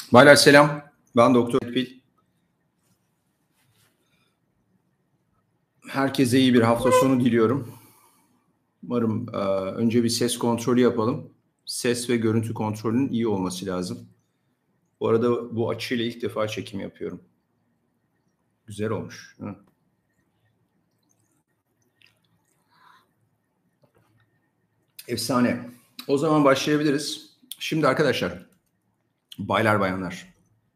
Baylar selam. Ben Doktor Pil. Herkese iyi bir hafta sonu diliyorum. Umarım önce bir ses kontrolü yapalım. Ses ve görüntü kontrolünün iyi olması lazım. Bu arada bu açıyla ilk defa çekim yapıyorum. Güzel olmuş. Hı. Efsane. O zaman başlayabiliriz. Şimdi arkadaşlar, baylar bayanlar.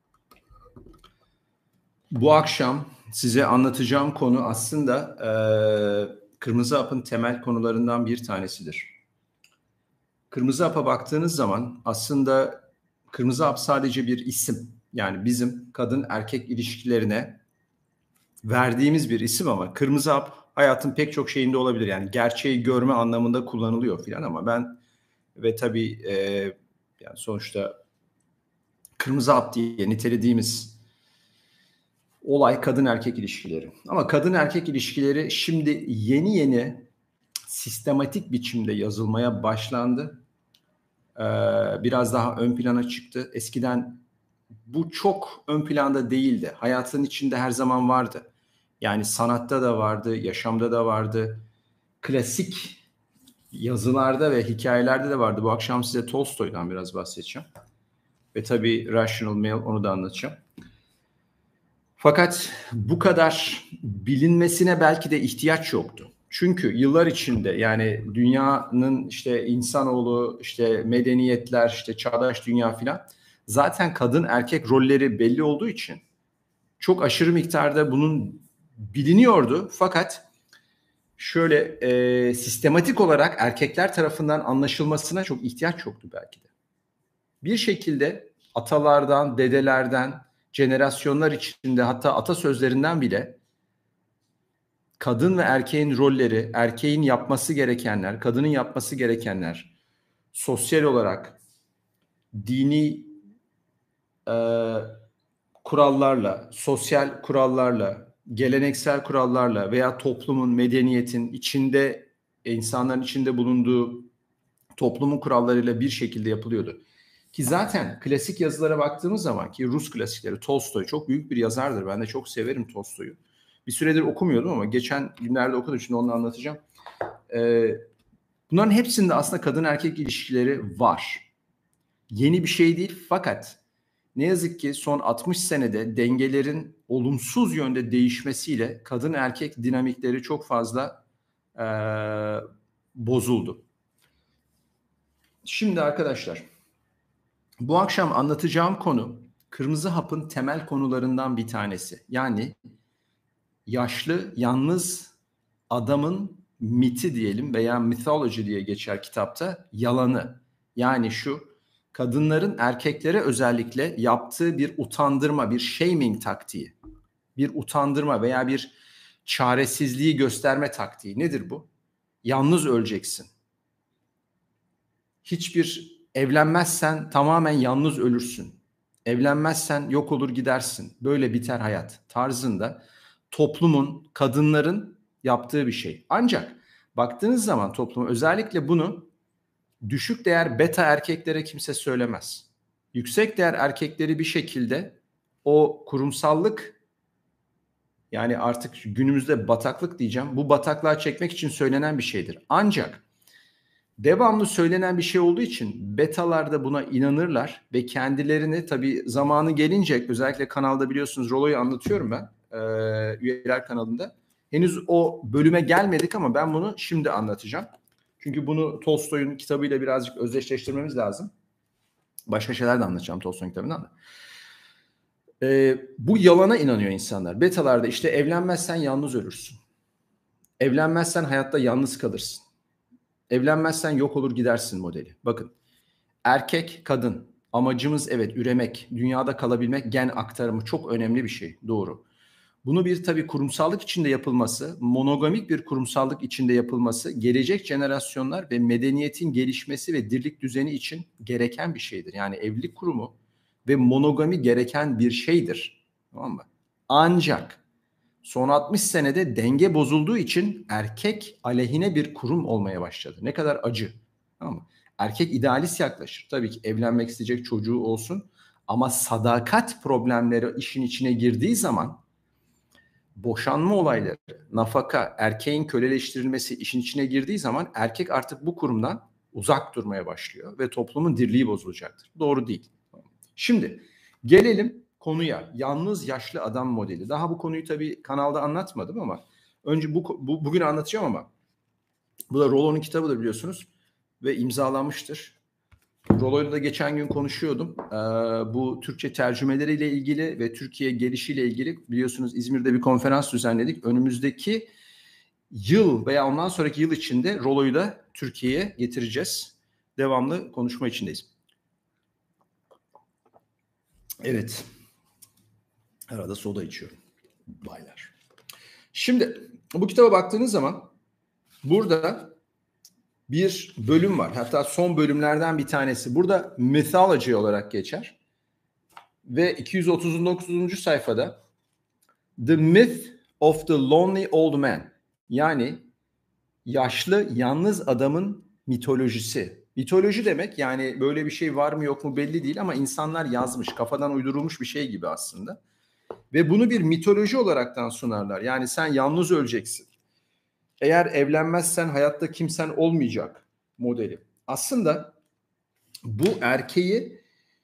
Bu akşam size anlatacağım konu aslında Kırmızı Hap'ın temel konularından bir tanesidir. Kırmızı Hap'a baktığınız zaman aslında Kırmızı Hap sadece bir isim. Yani bizim kadın erkek ilişkilerine verdiğimiz bir isim ama Kırmızı Hap hayatın pek çok şeyinde olabilir. Yani gerçeği görme anlamında kullanılıyor filan ama ben ve tabii yani sonuçta Kırmızı Hap diye nitelediğimiz olay kadın erkek ilişkileri. Ama kadın erkek ilişkileri şimdi yeni yeni sistematik biçimde yazılmaya başlandı. Biraz daha ön plana çıktı. Eskiden bu çok ön planda değildi. Hayatın içinde her zaman vardı. Yani sanatta da vardı, yaşamda da vardı. Klasik yazılarda ve hikayelerde de vardı. Bu akşam size Tolstoy'dan biraz bahsedeceğim. Ve tabii Rational Male, onu da anlatacağım. Fakat bu kadar bilinmesine belki de ihtiyaç yoktu. Çünkü yıllar içinde yani dünyanın işte insanoğlu, işte medeniyetler, işte çağdaş dünya filan zaten kadın erkek rolleri belli olduğu için çok aşırı miktarda bunun biliniyordu. Fakat şöyle sistematik olarak erkekler tarafından anlaşılmasına çok ihtiyaç yoktu belki de. Bir şekilde atalardan, dedelerden, jenerasyonlar içinde hatta atasözlerinden bile kadın ve erkeğin rolleri, erkeğin yapması gerekenler, kadının yapması gerekenler, sosyal olarak dini e, kurallarla, sosyal kurallarla, geleneksel kurallarla veya toplumun, medeniyetin içinde, insanların içinde bulunduğu toplumun kurallarıyla bir şekilde yapılıyordu. Ki zaten klasik yazılara baktığımız zaman ki Rus klasikleri, Tolstoy çok büyük bir yazardır. Ben de çok severim Tolstoy'u. Bir süredir okumuyordum ama geçen günlerde okudum. Şimdi onu anlatacağım. Bunların hepsinde aslında kadın erkek ilişkileri var. Yeni bir şey değil fakat ne yazık ki son 60 senede dengelerin olumsuz yönde değişmesiyle kadın erkek dinamikleri çok fazla bozuldu. Şimdi arkadaşlar, bu akşam anlatacağım konu Kırmızı Hap'ın temel konularından bir tanesi. Yani yaşlı, yalnız adamın miti diyelim veya mythology diye geçer kitapta, yalanı. Yani şu, kadınların erkeklere özellikle yaptığı bir utandırma, bir shaming taktiği. Bir utandırma veya bir çaresizliği gösterme taktiği. Nedir bu? Yalnız öleceksin. Evlenmezsen tamamen yalnız ölürsün. Evlenmezsen yok olur gidersin. Böyle biter hayat tarzında toplumun, kadınların yaptığı bir şey. Ancak baktığınız zaman toplum özellikle bunu düşük değer beta erkeklere kimse söylemez. Yüksek değer erkekleri bir şekilde o kurumsallık, yani artık günümüzde bataklık diyeceğim, bu bataklığa çekmek için söylenen bir şeydir. Ancak devamlı söylenen bir şey olduğu için betalar da buna inanırlar ve kendilerini tabii zamanı gelince, özellikle kanalda biliyorsunuz Rolo'yu anlatıyorum ben üyeler kanalında. Henüz o bölüme gelmedik ama ben bunu şimdi anlatacağım. Çünkü bunu Tolstoy'un kitabıyla birazcık özdeşleştirmemiz lazım. Başka şeyler de anlatacağım Tolstoy'un kitabından da. Bu yalana inanıyor insanlar. Betalarda işte evlenmezsen yalnız ölürsün. Evlenmezsen hayatta yalnız kalırsın. Evlenmezsen yok olur gidersin modeli. Bakın, erkek, kadın, amacımız evet üremek, dünyada kalabilmek, gen aktarımı çok önemli bir şey, doğru. Bunu bir tabii kurumsallık içinde yapılması, monogamik bir kurumsallık içinde yapılması, gelecek jenerasyonlar ve medeniyetin gelişmesi ve dirlik düzeni için gereken bir şeydir. Yani evlilik kurumu ve monogami gereken bir şeydir. Tamam mı? Ancak son 60 senede denge bozulduğu için erkek aleyhine bir kurum olmaya başladı. Ne kadar acı. Tamam mı? Erkek idealist yaklaşır. Tabii ki evlenmek isteyecek, çocuğu olsun. Ama sadakat problemleri işin içine girdiği zaman, boşanma olayları, nafaka, erkeğin köleleştirilmesi işin içine girdiği zaman erkek artık bu kurumdan uzak durmaya başlıyor ve toplumun dirliği bozulacaktır. Doğru değil. Şimdi gelelim konuya. Yalnız yaşlı adam modeli. Daha bu konuyu tabii kanalda anlatmadım ama önce bugün anlatacağım ama bu da Rollo'nun kitabıdır biliyorsunuz ve imzalanmıştır. Rollo'yla da geçen gün konuşuyordum. Bu Türkçe tercümeleriyle ilgili ve Türkiye gelişiyle ilgili biliyorsunuz İzmir'de bir konferans düzenledik. Önümüzdeki yıl veya ondan sonraki yıl içinde Rollo'yu da Türkiye'ye getireceğiz. Devamlı konuşma içindeyiz. Evet. Arada soda içiyorum. Baylar. Şimdi bu kitaba baktığınız zaman burada bir bölüm var. Hatta son bölümlerden bir tanesi. Burada mythology olarak geçer. Ve 239. sayfada The Myth of the Lonely Old Man. Yani yaşlı yalnız adamın mitolojisi. Mitoloji demek yani böyle bir şey var mı yok mu belli değil ama insanlar yazmış, kafadan uydurulmuş bir şey gibi aslında. Ve bunu bir mitoloji olaraktan sunarlar. Yani sen yalnız öleceksin. Eğer evlenmezsen hayatta kimsen olmayacak modeli. Aslında bu erkeği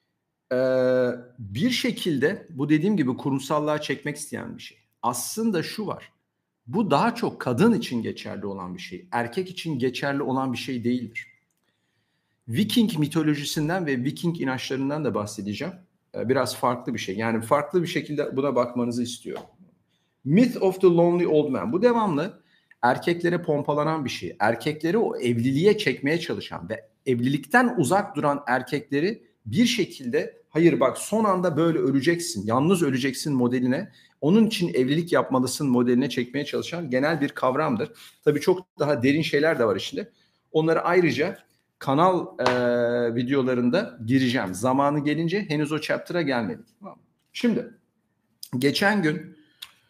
bir şekilde bu dediğim gibi kurumsallığa çekmek isteyen bir şey. Aslında şu var. Bu daha çok kadın için geçerli olan bir şey. Erkek için geçerli olan bir şey değildir. Viking mitolojisinden ve Viking inançlarından da bahsedeceğim. Biraz farklı bir şey. Yani farklı bir şekilde buna bakmanızı istiyorum. Myth of the Lonely Old Man. Bu devamlı erkeklere pompalanan bir şey. Erkekleri o evliliğe çekmeye çalışan ve evlilikten uzak duran erkekleri bir şekilde hayır bak son anda böyle öleceksin, yalnız öleceksin modeline, onun için evlilik yapmalısın modeline çekmeye çalışan genel bir kavramdır. Tabii çok daha derin şeyler de var içinde. Onları ayrıca kanal videolarında gireceğim. Zamanı gelince henüz o chapter'a gelmedik. Şimdi geçen gün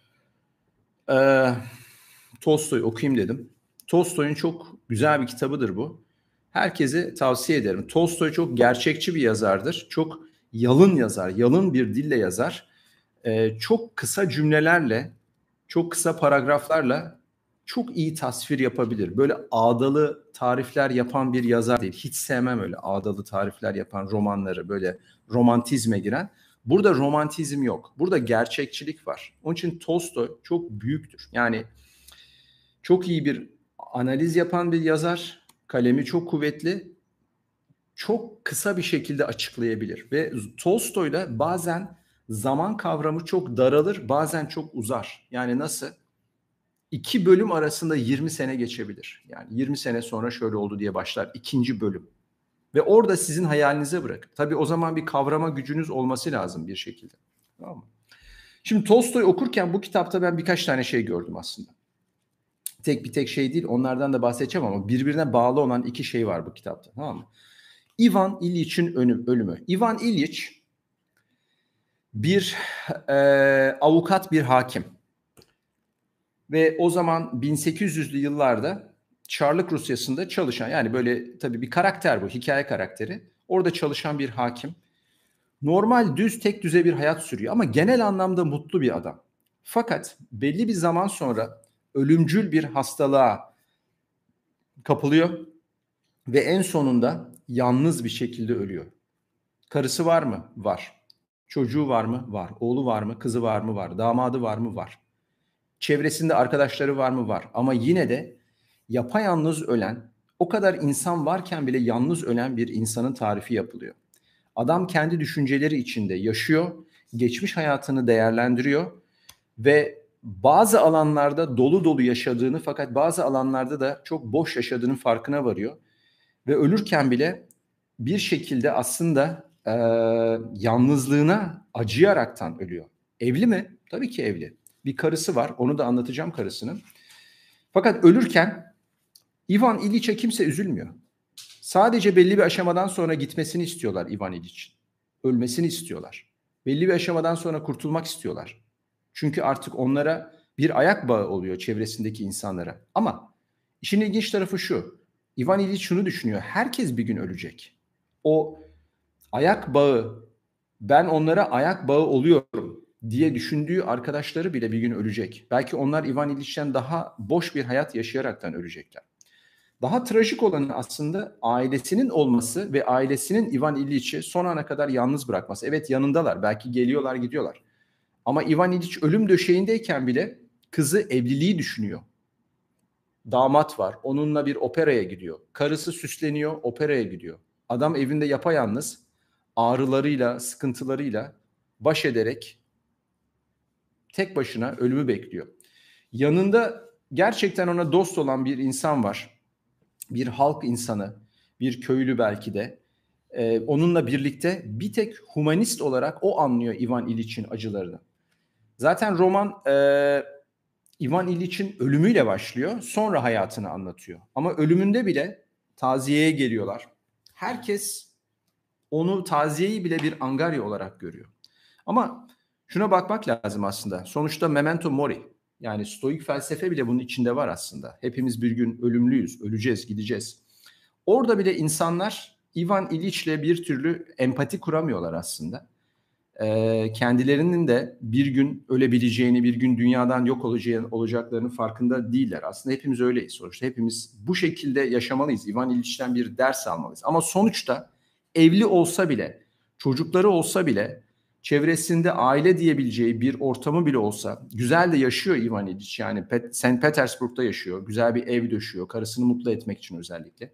Tolstoy okuyayım dedim. Tolstoy'un çok güzel bir kitabıdır bu. Herkese tavsiye ederim. Tolstoy çok gerçekçi bir yazardır. Çok yalın yazar, yalın bir dille yazar. Çok kısa cümlelerle, çok kısa paragraflarla çok iyi tasvir yapabilir. Böyle ağdalı tarifler yapan bir yazar değil. Hiç sevmem öyle ağdalı tarifler yapan romanları, böyle romantizme giren. Burada romantizm yok. Burada gerçekçilik var. Onun için Tolstoy çok büyüktür. Yani çok iyi bir analiz yapan bir yazar. Kalemi çok kuvvetli. Çok kısa bir şekilde açıklayabilir. Ve Tolstoy'da bazen zaman kavramı çok daralır, bazen çok uzar. Yani nasıl? 2 bölüm arasında 20 sene geçebilir. Yani 20 sene sonra şöyle oldu diye başlar ikinci bölüm. Ve orada sizin hayalinize bırakın. Tabii o zaman bir kavrama gücünüz olması lazım bir şekilde. Tamam mı? Şimdi Tolstoy okurken bu kitapta ben birkaç tane şey gördüm aslında. Tek şey değil, onlardan da bahsedeceğim ama birbirine bağlı olan iki şey var bu kitapta. Tamam mı? Ivan İlyiç'in ölümü. Ivan İlyiç bir avukat, bir hakim. Ve o zaman 1800'lü yıllarda Çarlık Rusyası'nda çalışan, yani böyle tabii bir karakter bu, hikaye karakteri. Orada çalışan bir hakim. Normal tek düze bir hayat sürüyor ama genel anlamda mutlu bir adam. Fakat belli bir zaman sonra ölümcül bir hastalığa kapılıyor ve en sonunda yalnız bir şekilde ölüyor. Karısı var mı? Var. Çocuğu var mı? Var. Oğlu var mı? Kızı var mı? Var. Damadı var mı? Var. Çevresinde arkadaşları var mı? Var. Ama yine de yapayalnız ölen, o kadar insan varken bile yalnız ölen bir insanın tarifi yapılıyor. Adam kendi düşünceleri içinde yaşıyor, geçmiş hayatını değerlendiriyor ve bazı alanlarda dolu dolu yaşadığını fakat bazı alanlarda da çok boş yaşadığının farkına varıyor. Ve ölürken bile bir şekilde aslında yalnızlığına acıyaraktan ölüyor. Evli mi? Tabii ki evli. Bir karısı var. Onu da anlatacağım karısının. Fakat ölürken Ivan İliç'e kimse üzülmüyor. Sadece belli bir aşamadan sonra gitmesini istiyorlar Ivan İliç'in. Ölmesini istiyorlar. Belli bir aşamadan sonra kurtulmak istiyorlar. Çünkü artık onlara bir ayak bağı oluyor çevresindeki insanlara. Ama işin ilginç tarafı şu. Ivan İliç şunu düşünüyor. Herkes bir gün ölecek. O ayak bağı ben onlara ayak bağı oluyorum diye düşündüğü arkadaşları bile bir gün ölecek. Belki onlar Ivan İliç'ten daha boş bir hayat yaşayaraktan ölecekler. Daha trajik olanı aslında ailesinin olması ve ailesinin Ivan İliç'i son ana kadar yalnız bırakması. Evet, yanındalar, belki geliyorlar gidiyorlar. Ama Ivan İliç ölüm döşeğindeyken bile kızı evliliği düşünüyor. Damat var, onunla bir operaya gidiyor. Karısı süsleniyor, operaya gidiyor. Adam evinde yapayalnız, ağrılarıyla, sıkıntılarıyla baş ederek tek başına ölümü bekliyor. Yanında gerçekten ona dost olan bir insan var. Bir halk insanı, bir köylü belki de. Onunla birlikte bir tek humanist olarak o anlıyor Ivan İliç'in acılarını. Zaten roman Ivan İliç'in ölümüyle başlıyor, sonra hayatını anlatıyor. Ama ölümünde bile taziyeye geliyorlar. Herkes onu, taziyeyi bile bir angarya olarak görüyor. Ama şuna bakmak lazım aslında. Sonuçta memento mori. Yani stoik felsefe bile bunun içinde var aslında. Hepimiz bir gün ölümlüyüz, öleceğiz, gideceğiz. Orada bile insanlar Ivan İliç'le bir türlü empati kuramıyorlar aslında. Kendilerinin de bir gün ölebileceğini, bir gün dünyadan yok olacaklarının farkında değiller. Aslında hepimiz öyleyiz sonuçta. Hepimiz bu şekilde yaşamalıyız. Ivan İliç'ten bir ders almalıyız. Ama sonuçta evli olsa bile, çocukları olsa bile, çevresinde aile diyebileceği bir ortamı bile olsa, güzel de yaşıyor Ivan İliç. Yani St. Petersburg'da yaşıyor. Güzel bir ev döşüyor. Karısını mutlu etmek için özellikle.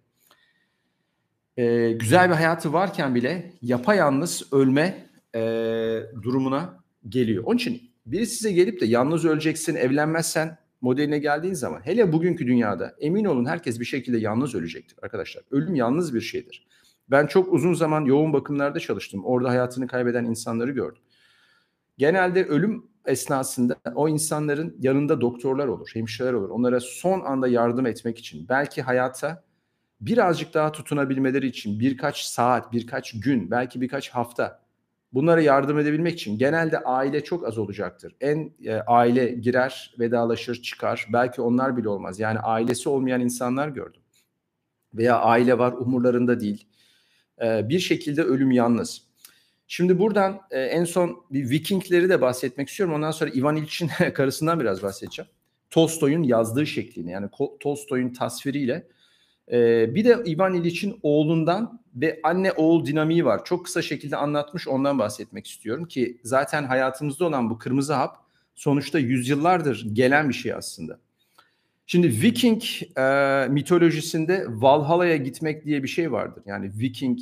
Güzel bir hayatı varken bile yapayalnız ölme durumuna geliyor. Onun için biri size gelip de yalnız öleceksin, evlenmezsen modeline geldiğin zaman, hele bugünkü dünyada emin olun herkes bir şekilde yalnız ölecektir arkadaşlar. Ölüm yalnız bir şeydir. Ben çok uzun zaman yoğun bakımlarda çalıştım. Orada hayatını kaybeden insanları gördüm. Genelde ölüm esnasında o insanların yanında doktorlar olur, hemşireler olur. Onlara son anda yardım etmek için, belki hayata birazcık daha tutunabilmeleri için birkaç saat, birkaç gün, belki birkaç hafta bunlara yardım edebilmek için genelde aile çok az olacaktır. Aile girer, vedalaşır, çıkar. Belki onlar bile olmaz. Yani ailesi olmayan insanlar gördüm. Veya aile var, umurlarında değil. Bir şekilde ölüm yalnız. Şimdi buradan en son bir Vikingleri de bahsetmek istiyorum. Ondan sonra Ivan İliç'in karısından biraz bahsedeceğim. Tolstoy'un yazdığı şeklini, yani Tolstoy'un tasviriyle. Bir de Ivan İliç'in oğlundan ve anne oğul dinamiği var. Çok kısa şekilde anlatmış, ondan bahsetmek istiyorum ki zaten hayatımızda olan bu kırmızı hap sonuçta yüzyıllardır gelen bir şey aslında. Şimdi Viking mitolojisinde Valhalla'ya gitmek diye bir şey vardır. Yani Viking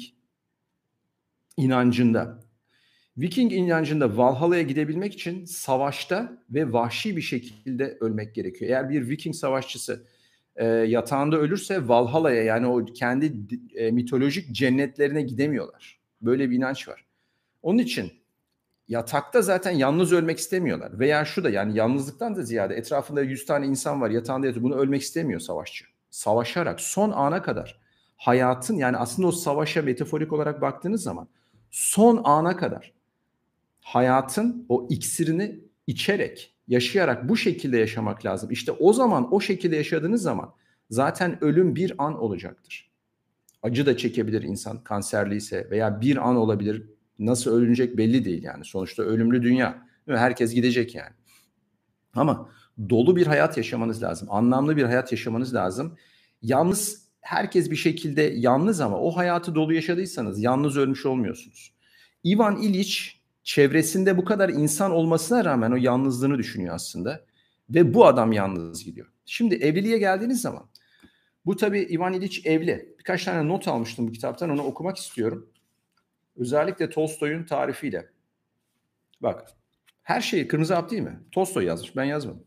inancında. Viking inancında Valhalla'ya gidebilmek için savaşta ve vahşi bir şekilde ölmek gerekiyor. Eğer bir Viking savaşçısı yatağında ölürse Valhalla'ya, yani o kendi mitolojik cennetlerine gidemiyorlar. Böyle bir inanç var. Onun için yatakta zaten yalnız ölmek istemiyorlar. Veya şu da, yani yalnızlıktan da ziyade etrafında 100 tane insan var yatağında yatıyor. Bunu ölmek istemiyor savaşçı. Savaşarak son ana kadar hayatın, yani aslında o savaşa metaforik olarak baktığınız zaman son ana kadar hayatın o iksirini içerek, yaşayarak bu şekilde yaşamak lazım. İşte o zaman, o şekilde yaşadığınız zaman zaten ölüm bir an olacaktır. Acı da çekebilir insan kanserliyse veya bir an olabilir. Nasıl ölünecek belli değil yani. Sonuçta ölümlü dünya. Herkes gidecek yani. Ama dolu bir hayat yaşamanız lazım. Anlamlı bir hayat yaşamanız lazım. Yalnız, herkes bir şekilde yalnız ama o hayatı dolu yaşadıysanız yalnız ölmüş olmuyorsunuz. Ivan İliç çevresinde bu kadar insan olmasına rağmen o yalnızlığını düşünüyor aslında. Ve bu adam yalnız gidiyor. Şimdi evliliğe geldiğiniz zaman, bu tabii Ivan İliç evli. Birkaç tane not almıştım bu kitaptan, onu okumak istiyorum. Özellikle Tolstoy'un tarifiyle. Bak, her şeyi kırmızı hap değil mi? Tolstoy yazmış, ben yazmadım.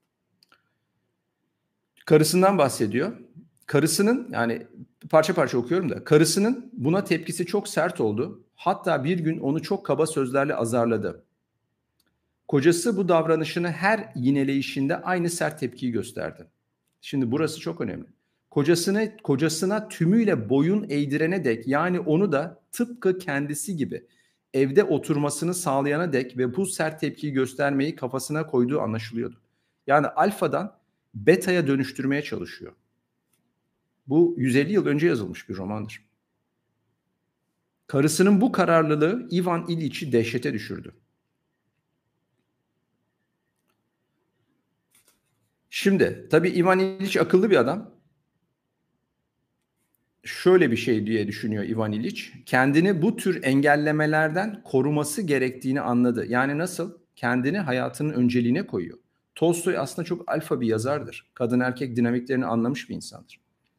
Karısından bahsediyor. Karısının, yani parça parça okuyorum da, karısının buna tepkisi çok sert oldu. Hatta bir gün onu çok kaba sözlerle azarladı. Kocası bu davranışını her yineleyişinde aynı sert tepkiyi gösterdi. Şimdi burası çok önemli. Kocasına tümüyle boyun eğdirene dek, yani onu da tıpkı kendisi gibi evde oturmasını sağlayana dek ve bu sert tepkiyi göstermeyi kafasına koyduğu anlaşılıyordu. Yani alfadan beta'ya dönüştürmeye çalışıyor. Bu 150 yıl önce yazılmış bir romandır. Karısının bu kararlılığı Ivan İliç'i dehşete düşürdü. Şimdi tabii Ivan İliç akıllı bir adam. Şöyle bir şey diye düşünüyor Ivan İliç. Kendini bu tür engellemelerden koruması gerektiğini anladı. Yani nasıl? Kendini hayatının önceliğine koyuyor. Tolstoy aslında çok alfa bir yazardır. Kadın erkek dinamiklerini anlamış bir insandır.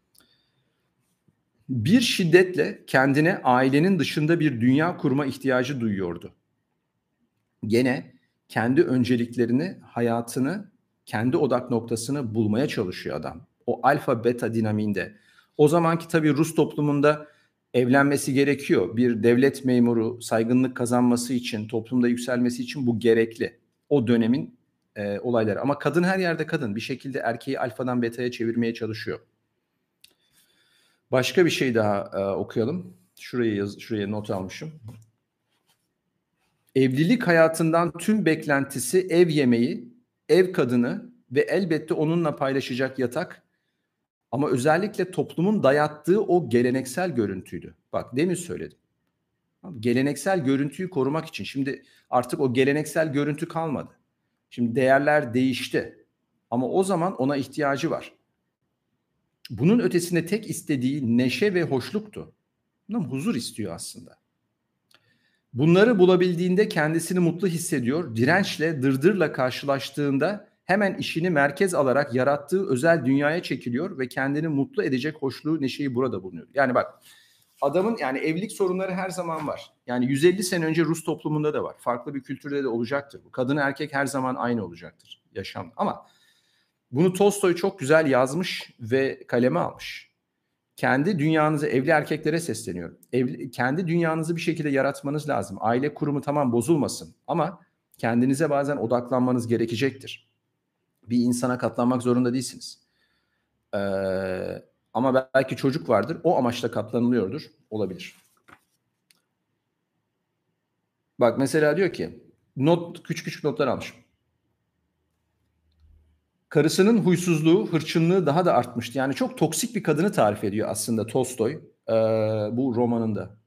Bir şiddetle kendine ailenin dışında bir dünya kurma ihtiyacı duyuyordu. Gene kendi önceliklerini, hayatını, kendi odak noktasını bulmaya çalışıyor adam. O alfa beta dinamiğinde. O zamanki tabii Rus toplumunda evlenmesi gerekiyor. Bir devlet memuru saygınlık kazanması için, toplumda yükselmesi için bu gerekli. O dönemin olayları. Ama kadın her yerde kadın. Bir şekilde erkeği alfadan beta'ya çevirmeye çalışıyor. Başka bir şey daha okuyalım. Şuraya not almışım. Evlilik hayatından tüm beklentisi ev yemeği, ev kadını ve elbette onunla paylaşacak yatak. Ama özellikle toplumun dayattığı o geleneksel görüntüydü. Bak demin söyledim. Geleneksel görüntüyü korumak için. Şimdi artık o geleneksel görüntü kalmadı. Şimdi değerler değişti. Ama o zaman ona ihtiyacı var. Bunun ötesinde tek istediği neşe ve hoşluktu. Huzur istiyor aslında. Bunları bulabildiğinde kendisini mutlu hissediyor. Dirençle, dırdırla karşılaştığında hemen işini merkez alarak yarattığı özel dünyaya çekiliyor ve kendini mutlu edecek hoşluğu, neşeyi burada bulunuyor. Yani bak, adamın yani evlilik sorunları her zaman var. Yani 150 sene önce Rus toplumunda da var. Farklı bir kültürde de olacaktır. Kadın erkek her zaman aynı olacaktır yaşam. Ama bunu Tolstoy çok güzel yazmış ve kaleme almış. Kendi dünyanızı, evli erkeklere sesleniyorum. Kendi dünyanızı bir şekilde yaratmanız lazım. Aile kurumu tamam bozulmasın ama kendinize bazen odaklanmanız gerekecektir. Bir insana katlanmak zorunda değilsiniz. Ama belki çocuk vardır, o amaçla katlanılıyordur, olabilir. Bak mesela diyor ki, küçük notlar almışım. Karısının huysuzluğu, hırçınlığı daha da artmıştı. Yani çok toksik bir kadını tarif ediyor aslında Tolstoy bu romanında.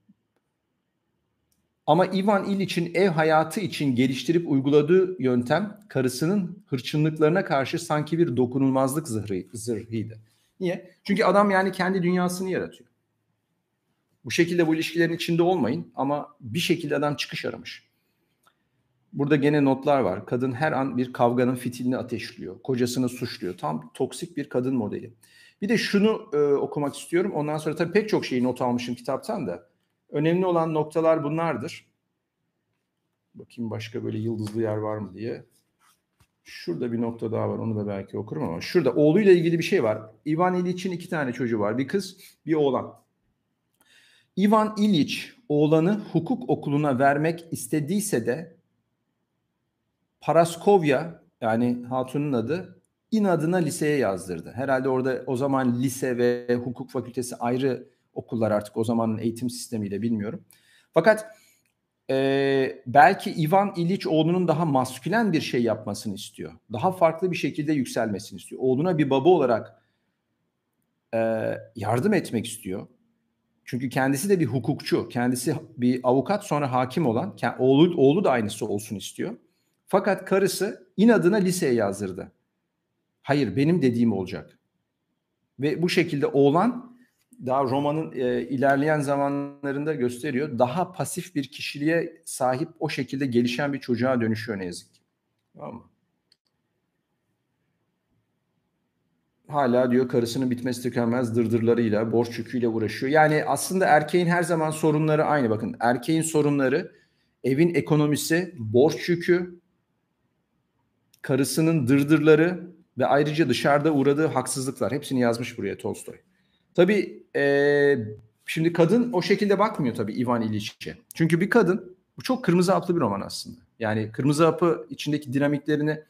Ama Ivan İliç'in ev hayatı için geliştirip uyguladığı yöntem karısının hırçınlıklarına karşı sanki bir dokunulmazlık zırhıydı. Niye? Çünkü adam yani kendi dünyasını yaratıyor. Bu şekilde bu ilişkilerin içinde olmayın ama bir şekilde adam çıkış aramış. Burada gene notlar var. Kadın her an bir kavganın fitilini ateşliyor. Kocasını suçluyor. Tam toksik bir kadın modeli. Bir de şunu okumak istiyorum. Ondan sonra tabii pek çok şeyi not almışım kitaptan da. Önemli olan noktalar bunlardır. Bakayım başka böyle yıldızlı yer var mı diye. Şurada bir nokta daha var. Onu da belki okurum ama. Şurada oğluyla ilgili bir şey var. Ivan İliç'in 2 tane çocuğu var. Bir kız, bir oğlan. Ivan İliç oğlanı hukuk okuluna vermek istediyse de Paraskovya, yani hatunun adı, inadına liseye yazdırdı. Herhalde orada o zaman lise ve hukuk fakültesi ayrı okullar artık o zamanın eğitim sistemiyle, bilmiyorum. Fakat belki Ivan İliç oğlunun daha maskülen bir şey yapmasını istiyor. Daha farklı bir şekilde yükselmesini istiyor. Oğluna bir baba olarak yardım etmek istiyor. Çünkü kendisi de bir hukukçu. Kendisi bir avukat, sonra hakim olan. Oğlu da aynısı olsun istiyor. Fakat karısı inadına liseye yazdırdı. Hayır, benim dediğim olacak. Ve bu şekilde oğlan, daha romanın ilerleyen zamanlarında gösteriyor, daha pasif bir kişiliğe sahip, o şekilde gelişen bir çocuğa dönüşüyor ne yazık ki. Tamam mı? Hala diyor karısının bitmesi tükenmez dırdırlarıyla, borç yüküyle uğraşıyor. Yani aslında erkeğin her zaman sorunları aynı. Bakın, erkeğin sorunları evin ekonomisi, borç yükü, karısının dırdırları ve ayrıca dışarıda uğradığı haksızlıklar. Hepsini yazmış buraya Tolstoy. Tabii şimdi kadın o şekilde bakmıyor tabii Ivan İliç'e. Çünkü bir kadın, bu çok kırmızı haplı bir roman aslında. Yani kırmızı hapı içindeki dinamiklerini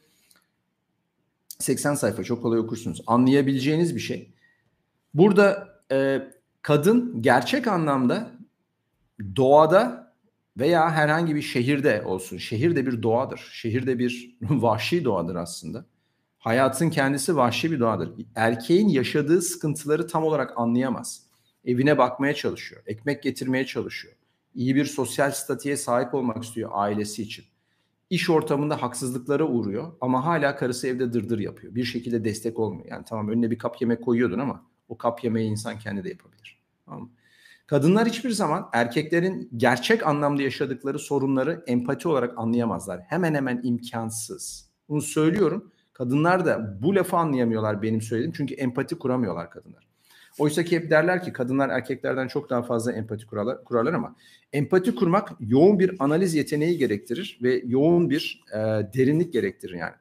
80 sayfa çok kolay okursunuz. Anlayabileceğiniz bir şey. Burada kadın gerçek anlamda doğada veya herhangi bir şehirde olsun. Şehir de bir doğadır. Şehir de bir vahşi doğadır aslında. Hayatın kendisi vahşi bir doğadır. Erkeğin yaşadığı sıkıntıları tam olarak anlayamaz. Evine bakmaya çalışıyor. Ekmek getirmeye çalışıyor. İyi bir sosyal statüye sahip olmak istiyor ailesi için. İş ortamında haksızlıklara uğruyor ama hala karısı evde dırdır yapıyor. Bir şekilde destek olmuyor. Yani tamam, önüne bir kap yemek koyuyordun ama o kap yemeği insan kendi de yapabilir. Tamam mı? Kadınlar hiçbir zaman erkeklerin gerçek anlamda yaşadıkları sorunları empati olarak anlayamazlar. Hemen hemen imkansız. Bunu söylüyorum. Kadınlar da bu lafı anlayamıyorlar benim söylediğim. Çünkü empati kuramıyorlar kadınlar. Oysa ki hep derler ki kadınlar erkeklerden çok daha fazla empati kurarlar ama empati kurmak yoğun bir analiz yeteneği gerektirir ve yoğun bir derinlik gerektirir yani.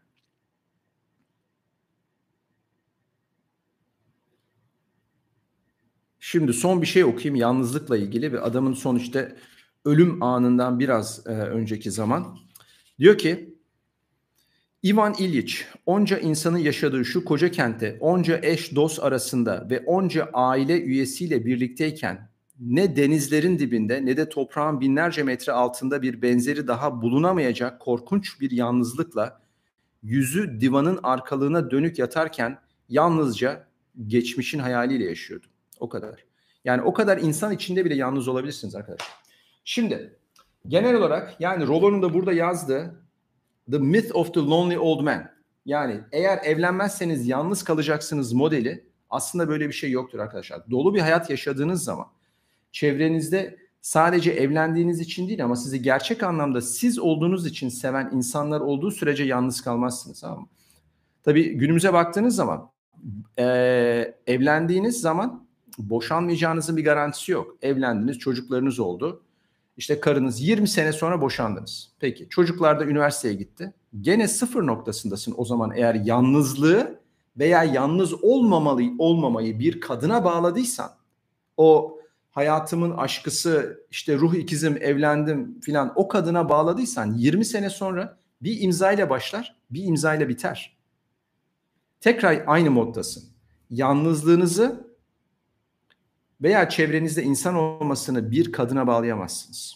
Şimdi son bir şey okuyayım yalnızlıkla ilgili ve adamın sonuçta ölüm anından biraz önceki zaman. Diyor ki Ivan İliç, onca insanın yaşadığı şu koca kentte onca eş dost arasında ve onca aile üyesiyle birlikteyken ne denizlerin dibinde ne de toprağın binlerce metre altında bir benzeri daha bulunamayacak korkunç bir yalnızlıkla yüzü divanın arkalığına dönük yatarken yalnızca geçmişin hayaliyle yaşıyordu. O kadar. Yani o kadar insan içinde bile yalnız olabilirsiniz arkadaşlar. Şimdi genel olarak yani Rollo'nun da burada yazdığı The Myth of the Lonely Old Man. Yani eğer evlenmezseniz yalnız kalacaksınız modeli aslında böyle bir şey yoktur arkadaşlar. Dolu bir hayat yaşadığınız zaman çevrenizde sadece evlendiğiniz için değil ama sizi gerçek anlamda siz olduğunuz için seven insanlar olduğu sürece yalnız kalmazsınız. Tamam mı? Tabii günümüze baktığınız zaman evlendiğiniz zaman boşanmayacağınızın bir garantisi yok. Evlendiniz, çocuklarınız oldu. İşte karınız 20 sene sonra boşandınız. Peki çocuklar da üniversiteye gitti. Gene sıfır noktasındasın o zaman eğer yalnızlığı veya yalnız olmamayı bir kadına bağladıysan, o hayatımın aşkısı işte ruh ikizim evlendim filan o kadına bağladıysan 20 sene sonra bir imzayla başlar, bir imzayla biter. Tekrar aynı moddasın. Yalnızlığınızı veya çevrenizde insan olmasını bir kadına bağlayamazsınız.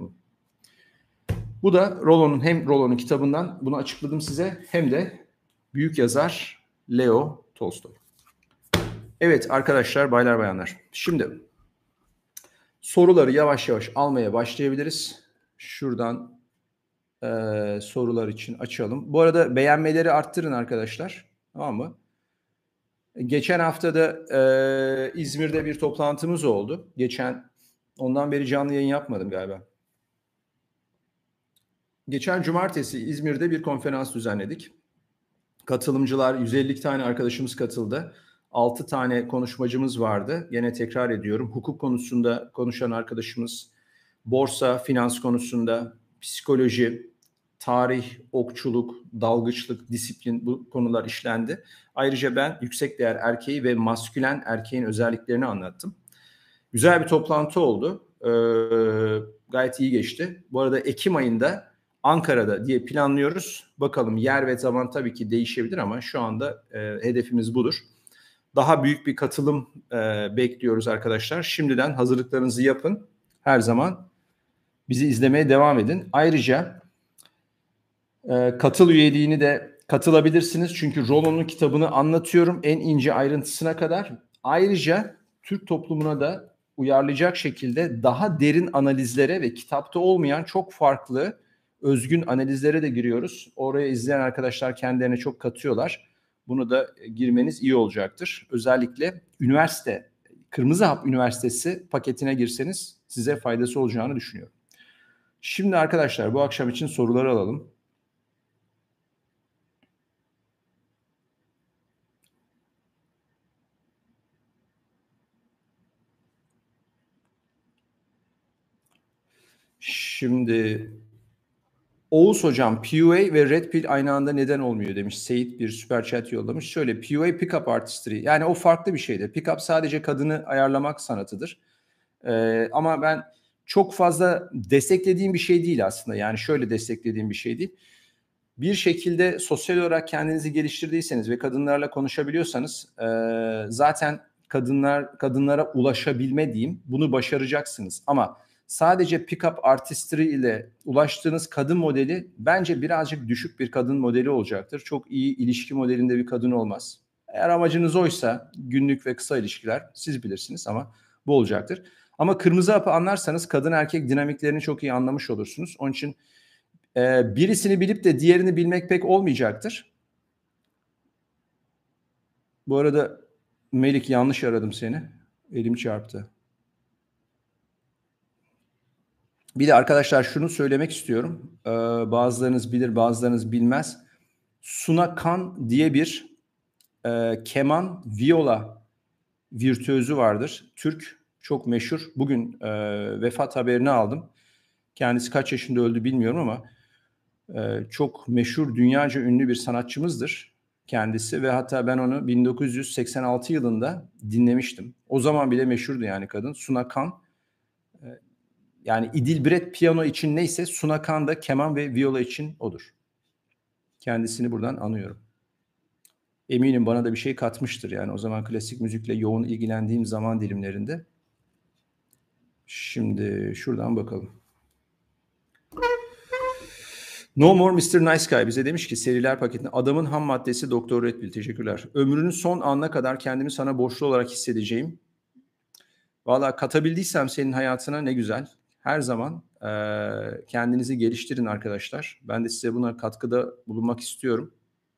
Bu da Rollo'nun kitabından bunu açıkladım size hem de büyük yazar Leo Tolstoy. Evet arkadaşlar, baylar bayanlar. Şimdi soruları yavaş yavaş almaya başlayabiliriz. Şuradan sorular için açalım. Bu arada beğenmeleri arttırın arkadaşlar. Tamam mı? Geçen hafta da İzmir'de bir toplantımız oldu. Ondan beri canlı yayın yapmadım galiba. Geçen cumartesi İzmir'de bir konferans düzenledik. Katılımcılar 150 tane arkadaşımız katıldı. 6 tane konuşmacımız vardı. Gene tekrar ediyorum. Hukuk konusunda konuşan arkadaşımız, borsa, finans konusunda, psikoloji, tarih, okçuluk, dalgıçlık, disiplin bu konular işlendi. Ayrıca ben yüksek değer erkeği ve maskülen erkeğin özelliklerini anlattım. Güzel bir toplantı oldu. Gayet iyi geçti. Bu arada Ekim ayında Ankara'da diye planlıyoruz. Bakalım yer ve zaman tabii ki değişebilir ama şu anda hedefimiz budur. Daha büyük bir katılım bekliyoruz arkadaşlar. Şimdiden hazırlıklarınızı yapın. Her zaman bizi izlemeye devam edin. Ayrıca katıl üyeliğini de katılabilirsiniz. Çünkü Rollo'nun kitabını anlatıyorum en ince ayrıntısına kadar. Ayrıca Türk toplumuna da uyarlayacak şekilde daha derin analizlere ve kitapta olmayan çok farklı özgün analizlere de giriyoruz. Oraya izleyen arkadaşlar kendilerine çok katıyorlar. Bunu da girmeniz iyi olacaktır. Özellikle Kırmızı Hap Üniversitesi paketine girseniz size faydası olacağını düşünüyorum. Şimdi arkadaşlar bu akşam için soruları alalım. Şimdi Oğuz hocam PUA ve Red Pill aynı anda neden olmuyor demiş. Seyit bir süper chat yollamış. Şöyle PUA pick-up artistry. Yani o farklı bir şeydir. Pick-up sadece kadını ayarlamak sanatıdır. Ama ben çok fazla desteklediğim bir şey değil aslında. Yani şöyle desteklediğim bir şey değil. Bir şekilde sosyal olarak kendinizi geliştirdiyseniz ve kadınlarla konuşabiliyorsanız zaten kadınlara ulaşabilme diyeyim. Bunu başaracaksınız. Ama sadece pick-up artistry ile ulaştığınız kadın modeli bence birazcık düşük bir kadın modeli olacaktır. Çok iyi ilişki modelinde bir kadın olmaz. Eğer amacınız oysa günlük ve kısa ilişkiler siz bilirsiniz ama bu olacaktır. Ama kırmızı hapı anlarsanız kadın erkek dinamiklerini çok iyi anlamış olursunuz. Onun için birisini bilip de diğerini bilmek pek olmayacaktır. Bu arada Melik, yanlış aradım seni. Elim çarptı. Bir de arkadaşlar şunu söylemek istiyorum. Bazılarınız bilir, bazılarınız bilmez. Suna Kan diye bir keman, viola virtüözü vardır. Türk, çok meşhur. Bugün vefat haberini aldım. Kendisi kaç yaşında öldü bilmiyorum ama çok meşhur, dünyaca ünlü bir sanatçımızdır kendisi ve hatta ben onu 1986 yılında dinlemiştim. O zaman bile meşhurdu yani kadın. Suna Kan. Yani İdilbret piyano için neyse Suna Kan da keman ve viola için odur. Kendisini buradan anıyorum. Eminim bana da bir şey katmıştır yani o zaman klasik müzikle yoğun ilgilendiğim zaman dilimlerinde. Şimdi şuradan bakalım. No More Mr. Nice Guy bize demiş ki seriler paketinde adamın ham maddesi Doktor Red Pill. Teşekkürler. Ömrünün son anına kadar kendimi sana borçlu olarak hissedeceğim. Valla katabildiysem senin hayatına ne güzel. Her zaman kendinizi geliştirin arkadaşlar. Ben de size buna katkıda bulunmak istiyorum.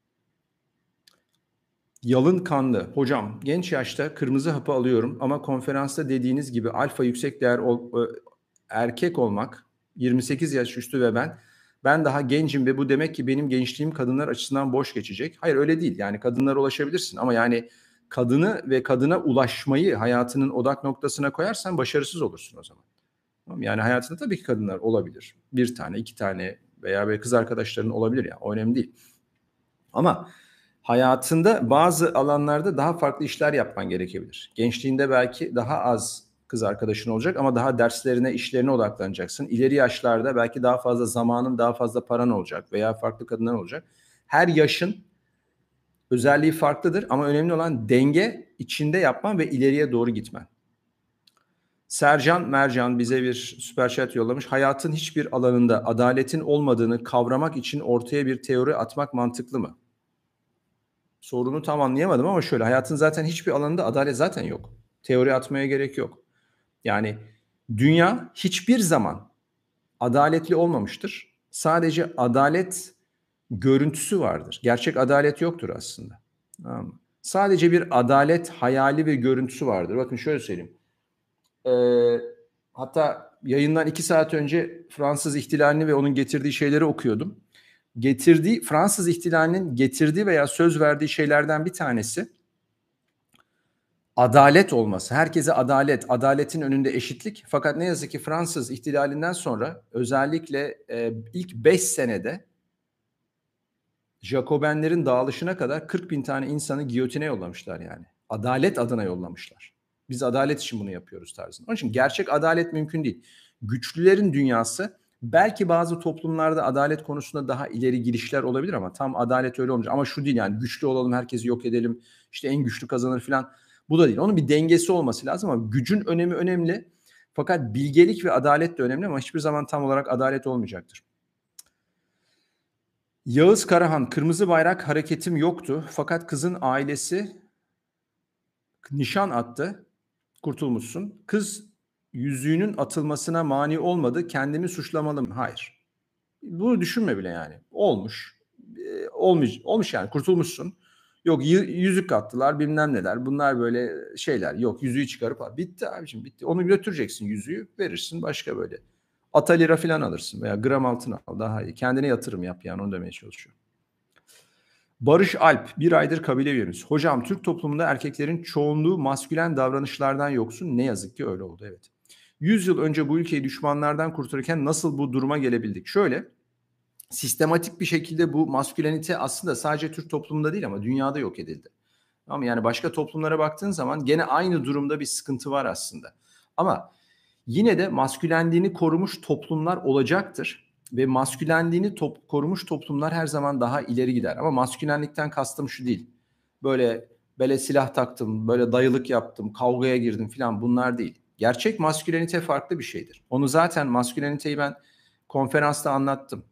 Yalın kanlı. Hocam genç yaşta kırmızı hapı alıyorum ama konferansta dediğiniz gibi alfa yüksek değer erkek olmak 28 yaş üstü ve ben daha gencim ve bu demek ki benim gençliğim kadınlar açısından boş geçecek. Hayır öyle değil. Yani kadınlara ulaşabilirsin ama yani kadını ve kadına ulaşmayı hayatının odak noktasına koyarsan başarısız olursun o zaman. Yani hayatında tabii ki kadınlar olabilir. Bir tane, iki tane veya böyle kız arkadaşların olabilir ya. O önemli değil. Ama hayatında bazı alanlarda daha farklı işler yapman gerekebilir. Gençliğinde belki daha az kız arkadaşın olacak ama daha derslerine, işlerine odaklanacaksın. İleri yaşlarda belki daha fazla zamanın, daha fazla paran olacak veya farklı kadınlar olacak. Her yaşın özelliği farklıdır ama önemli olan denge içinde yapman ve ileriye doğru gitmen. Sercan Mercan bize bir süper chat yollamış. Hayatın hiçbir alanında adaletin olmadığını kavramak için ortaya bir teori atmak mantıklı mı? Sorunu tam anlayamadım ama şöyle, hayatın zaten hiçbir alanında adalet zaten yok. Teori atmaya gerek yok. Yani dünya hiçbir zaman adaletli olmamıştır. Sadece adalet görüntüsü vardır. Gerçek adalet yoktur aslında. Tamam mı? Sadece bir adalet hayali ve görüntüsü vardır. Bakın şöyle söyleyeyim. Hatta yayından 2 saat önce Fransız ihtilalini ve onun getirdiği şeyleri okuyordum. Fransız ihtilalinin getirdiği veya söz verdiği şeylerden bir tanesi adalet olması. Herkese adalet, adaletin önünde eşitlik. Fakat ne yazık ki Fransız ihtilalinden sonra özellikle ilk 5 senede Jacobenlerin dağılışına kadar 40 bin tane insanı giyotine yollamışlar yani. Adalet adına yollamışlar. Biz adalet için bunu yapıyoruz tarzında. Onun için gerçek adalet mümkün değil. Güçlülerin dünyası, belki bazı toplumlarda adalet konusunda daha ileri girişler olabilir ama tam adalet öyle olmayacak. Ama şu değil yani güçlü olalım, herkesi yok edelim, işte en güçlü kazanır falan. Bu da değil. Onun bir dengesi olması lazım ama gücün önemi önemli. Fakat bilgelik ve adalet de önemli ama hiçbir zaman tam olarak adalet olmayacaktır. Yağız Karahan, kırmızı bayrak hareketim yoktu fakat kızın ailesi nişan attı, kurtulmuşsun. Kız yüzüğünün atılmasına mani olmadı, kendimi suçlamalı mı? Hayır. Bunu düşünme bile yani. Olmuş. Olmuş yani, kurtulmuşsun. Yok yüzük attılar bilmem neler. Bunlar böyle şeyler. Yok yüzüğü çıkarıp bitti abiciğim bitti. Onu götüreceksin, yüzüğü verirsin başka böyle. Ata lira falan alırsın veya gram altın al daha iyi. Kendine yatırım yap yani, onu demeye çalışıyor. Barış Alp, bir aydır kabile üyemiz. Hocam Türk toplumunda erkeklerin çoğunluğu maskülen davranışlardan yoksun. Ne yazık ki öyle oldu, evet. 100 yıl önce bu ülkeyi düşmanlardan kurtarırken nasıl bu duruma gelebildik? Şöyle, sistematik bir şekilde bu maskülenite aslında sadece Türk toplumunda değil ama dünyada yok edildi. Ama yani başka toplumlara baktığın zaman gene aynı durumda bir sıkıntı var aslında. Ama yine de maskülenliğini korumuş toplumlar olacaktır. Ve maskülenliğini korumuş toplumlar her zaman daha ileri gider. Ama maskülenlikten kastım şu değil. Böyle silah taktım, böyle dayılık yaptım, kavgaya girdim falan, bunlar değil. Gerçek maskülenite farklı bir şeydir. Onu zaten masküleniteyi ben konferansta anlattım.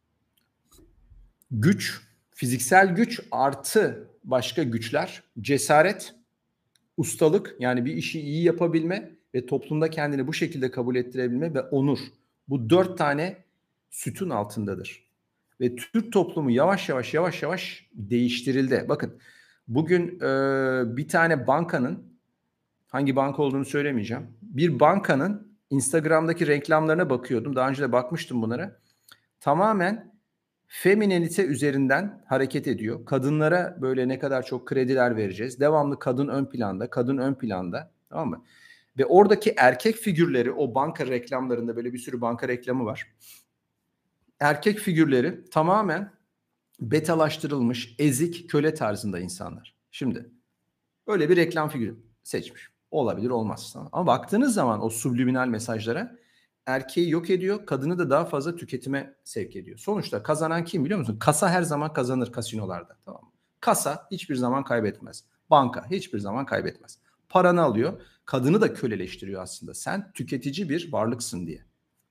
Güç, fiziksel güç artı başka güçler, cesaret, ustalık yani bir işi iyi yapabilme ve toplumda kendini bu şekilde kabul ettirebilme ve onur. Bu 4 tane sütun altındadır. Ve Türk toplumu yavaş yavaş değiştirildi. Bakın bugün bir tane bankanın, hangi banka olduğunu söylemeyeceğim, bir bankanın Instagram'daki reklamlarına bakıyordum. Daha önce de bakmıştım bunlara. Tamamen feminenite üzerinden hareket ediyor. Kadınlara böyle ne kadar çok krediler vereceğiz. Devamlı kadın ön planda, kadın ön planda. Tamam mı? Ve oradaki erkek figürleri, o banka reklamlarında böyle bir sürü banka reklamı var. Erkek figürleri tamamen betalaştırılmış, ezik, köle tarzında insanlar. Şimdi öyle bir reklam figürü seçmiş. Olabilir, olmaz. Ama baktığınız zaman o subliminal mesajlara, erkeği yok ediyor, kadını da daha fazla tüketime sevk ediyor. Sonuçta kazanan kim biliyor musun? Kasa her zaman kazanır kasinolarda. Tamam mı? Kasa hiçbir zaman kaybetmez. Banka hiçbir zaman kaybetmez. Paranı alıyor, kadını da köleleştiriyor aslında. Sen tüketici bir varlıksın diye.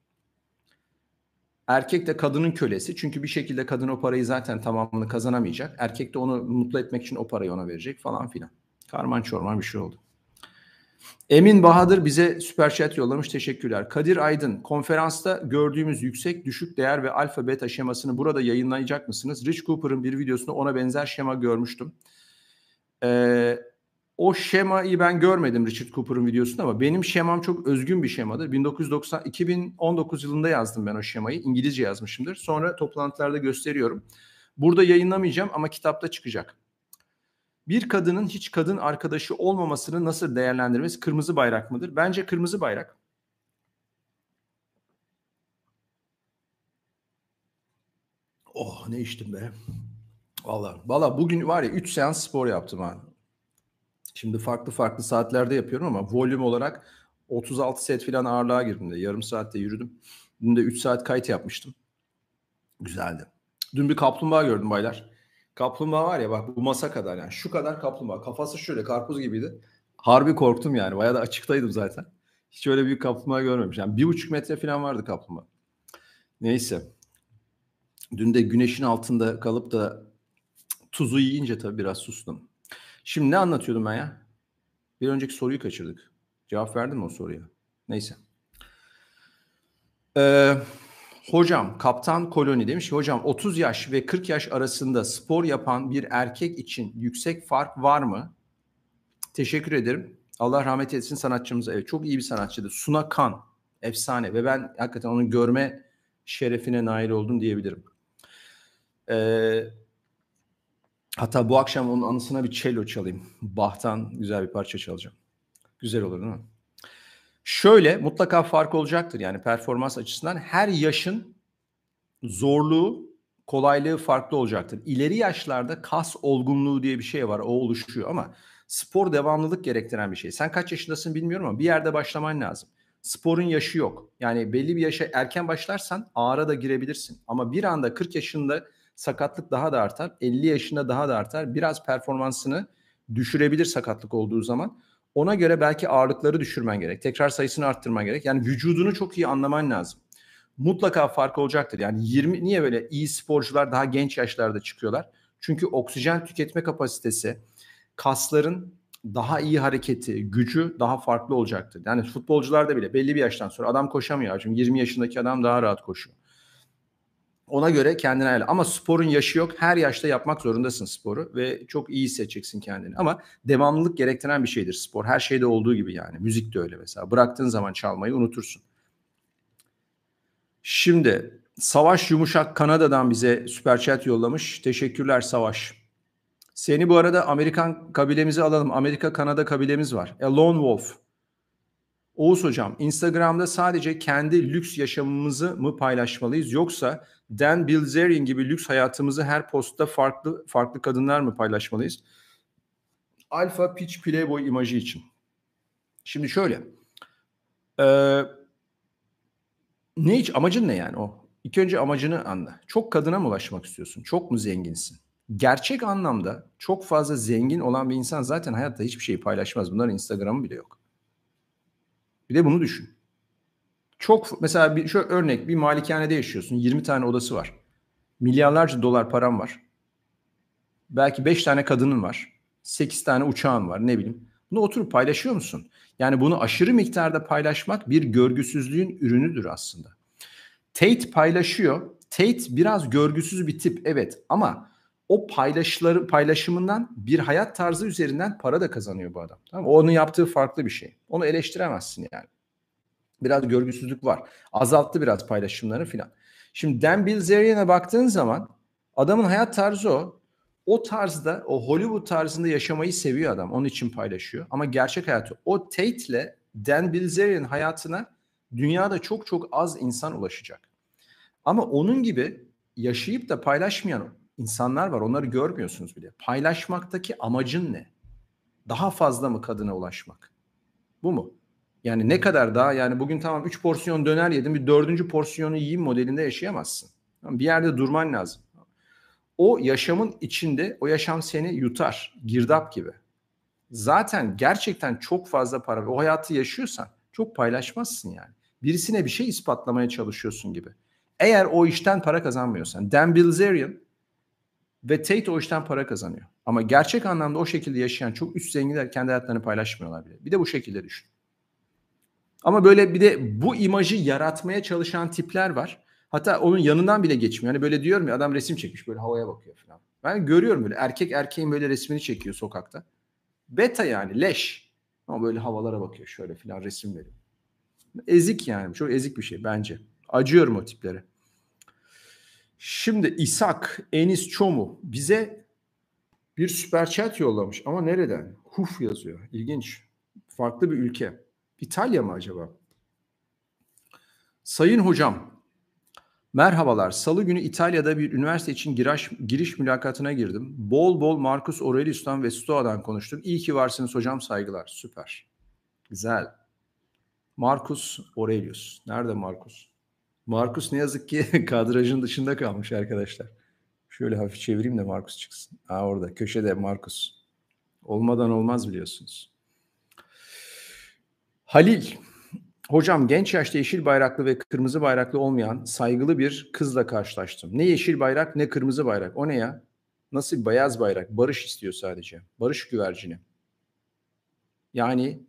Erkek de kadının kölesi. Çünkü bir şekilde kadın o parayı zaten tamamını kazanamayacak. Erkek de onu mutlu etmek için o parayı ona verecek falan filan. Karman çorman bir şey oldu. Emin Bahadır bize süper chat yollamış. Teşekkürler. Kadir Aydın, konferansta gördüğümüz yüksek, düşük değer ve alfa beta şemasını burada yayınlayacak mısınız? Rich Cooper'ın bir videosunda ona benzer şema görmüştüm. O şemayı ben görmedim Richard Cooper'ın videosunda ama benim şemam çok özgün bir şemadır. 2019 yılında yazdım ben o şemayı. İngilizce yazmışımdır. Sonra toplantılarda gösteriyorum. Burada yayınlamayacağım ama kitapta çıkacak. Bir kadının hiç kadın arkadaşı olmamasını nasıl değerlendirmesi kırmızı bayrak mıdır? Bence kırmızı bayrak. Oh ne içtim be. Vallahi bugün var ya 3 seans spor yaptım ha. Şimdi farklı saatlerde yapıyorum ama volüm olarak 36 set falan ağırlığa girdim de. Yarım saatte yürüdüm. Dün de 3 saat kayıt yapmıştım. Güzeldi. Dün bir kaplumbağa gördüm baylar. Kaplumbağa var ya bak bu masa kadar yani. Şu kadar kaplumbağa. Kafası şöyle karpuz gibiydi. Harbi korktum yani. Bayağı da açıktaydım zaten. Hiç öyle büyük kaplumbağa görmemiş. Yani 1,5 metre falan vardı kaplumbağa. Neyse. Dün de güneşin altında kalıp da tuzu yiyince tabii biraz sustum. Şimdi ne anlatıyordum ben ya? Bir önceki soruyu kaçırdık. Cevap verdin mi o soruya? Neyse. Hocam Kaptan Koloni demiş ki hocam 30 yaş ve 40 yaş arasında spor yapan bir erkek için yüksek fark var mı? Teşekkür ederim. Allah rahmet etsin sanatçımıza. Evet çok iyi bir sanatçıydı. Suna Kan. Efsane ve ben hakikaten onu görme şerefine nail oldum diyebilirim. Hatta bu akşam onun anısına bir cello çalayım. Bach'tan güzel bir parça çalacağım. Güzel olur değil mi? Şöyle mutlaka fark olacaktır yani performans açısından her yaşın zorluğu, kolaylığı farklı olacaktır. İleri yaşlarda kas olgunluğu diye bir şey var. O oluşuyor ama spor devamlılık gerektiren bir şey. Sen kaç yaşındasın bilmiyorum ama bir yerde başlaman lazım. Sporun yaşı yok. Yani belli bir yaşa erken başlarsan ağıra da girebilirsin. Ama bir anda 40 yaşında sakatlık daha da artar. 50 yaşında daha da artar. Biraz performansını düşürebilir sakatlık olduğu zaman. Ona göre belki ağırlıkları düşürmen gerek. Tekrar sayısını arttırman gerek. Yani vücudunu çok iyi anlaman lazım. Mutlaka fark olacaktır. Yani niye böyle iyi sporcular daha genç yaşlarda çıkıyorlar? Çünkü oksijen tüketme kapasitesi, kasların daha iyi hareketi, gücü daha farklı olacaktır. Yani futbolcularda bile belli bir yaştan sonra adam koşamıyor. Çünkü 20 yaşındaki adam daha rahat koşuyor. Ona göre kendine ayarla. Ama sporun yaşı yok. Her yaşta yapmak zorundasın sporu ve çok iyi hissedeceksin kendini. Ama devamlılık gerektiren bir şeydir spor. Her şeyde olduğu gibi yani. Müzik de öyle mesela. Bıraktığın zaman çalmayı unutursun. Şimdi Savaş Yumuşak Kanada'dan bize süper chat yollamış. Teşekkürler Savaş. Seni bu arada Amerikan kabilemize alalım. Amerika Kanada kabilemiz var. A Lone Wolf. Oğuz Hocam, Instagram'da sadece kendi lüks yaşamımızı mı paylaşmalıyız yoksa Dan Bilzerian gibi lüks hayatımızı her postta farklı kadınlar mı paylaşmalıyız? Alpha Pitch Playboy imajı için. Şimdi şöyle. Amacın ne yani o? İlk önce amacını anla. Çok kadına mı ulaşmak istiyorsun? Çok mu zenginsin? Gerçek anlamda çok fazla zengin olan bir insan zaten hayatta hiçbir şeyi paylaşmaz. Bunların Instagram'ı bile yok. Bir de bunu düşün. Çok mesela şu örnek bir malikanede yaşıyorsun. 20 tane odası var. Milyarlarca dolar param var. Belki 5 tane kadının var. 8 tane uçağın var ne bileyim. Bunu oturup paylaşıyor musun? Yani bunu aşırı miktarda paylaşmak bir görgüsüzlüğün ürünüdür aslında. Tate paylaşıyor. Tate biraz görgüsüz bir tip, evet, ama o paylaşımından bir hayat tarzı üzerinden para da kazanıyor bu adam. Tamam mı? Onun yaptığı farklı bir şey. Onu eleştiremezsin yani. Biraz görgüsüzlük var. Azalttı biraz paylaşımları filan. Şimdi Dan Bilzerian'a baktığın zaman adamın hayat tarzı o. O tarzda, o Hollywood tarzında yaşamayı seviyor adam. Onun için paylaşıyor. Ama gerçek hayatı. O Tate'le Dan Bilzerian hayatına dünyada çok çok az insan ulaşacak. Ama onun gibi yaşayıp da paylaşmayan insanlar var. Onları görmüyorsunuz bile. Paylaşmaktaki amacın ne? Daha fazla mı kadına ulaşmak? Bu mu? Yani ne kadar daha, yani bugün tamam 3 porsiyon döner yedim, bir 4. porsiyonu yiyeyim modelinde yaşayamazsın. Bir yerde durman lazım. O yaşamın içinde, o yaşam seni yutar. Girdap gibi. Zaten gerçekten çok fazla para, o hayatı yaşıyorsan çok paylaşmazsın yani. Birisine bir şey ispatlamaya çalışıyorsun gibi. Eğer o işten para kazanmıyorsan. Dan Bilzerian ve Tate o işten para kazanıyor. Ama gerçek anlamda o şekilde yaşayan çok üst zenginler kendi hayatlarını paylaşmıyorlar bile. Bir de bu şekilde düşün. Ama böyle bir de bu imajı yaratmaya çalışan tipler var. Hatta onun yanından bile geçmiyor. Hani böyle diyorum ya, adam resim çekmiş böyle havaya bakıyor falan. Ben görüyorum böyle erkek erkeğin böyle resmini çekiyor sokakta. Beta yani, leş. Ama böyle havalara bakıyor şöyle falan, resim veriyor. Ezik yani, çok ezik bir şey bence. Acıyorum o tiplere. Şimdi İshak Enis Çomu bize bir süper chat yollamış ama nereden? Huf yazıyor. İlginç. Farklı bir ülke. İtalya mı acaba? Sayın hocam, merhabalar. Salı günü İtalya'da bir üniversite için giriş mülakatına girdim. Bol bol Marcus Aurelius'tan ve Stoa'dan konuştum. İyi ki varsınız hocam, saygılar. Süper. Güzel. Marcus Aurelius. Nerede Marcus? Marcus ne yazık ki kadrajın dışında kalmış arkadaşlar. Şöyle hafif çevireyim de Marcus çıksın. Orada köşede Marcus. Olmadan olmaz biliyorsunuz. Halil. Hocam, genç yaşta yeşil bayraklı ve kırmızı bayraklı olmayan saygılı bir kızla karşılaştım. Ne yeşil bayrak ne kırmızı bayrak. O ne ya? Nasıl bir beyaz bayrak? Barış istiyor sadece. Barış güvercini. Yani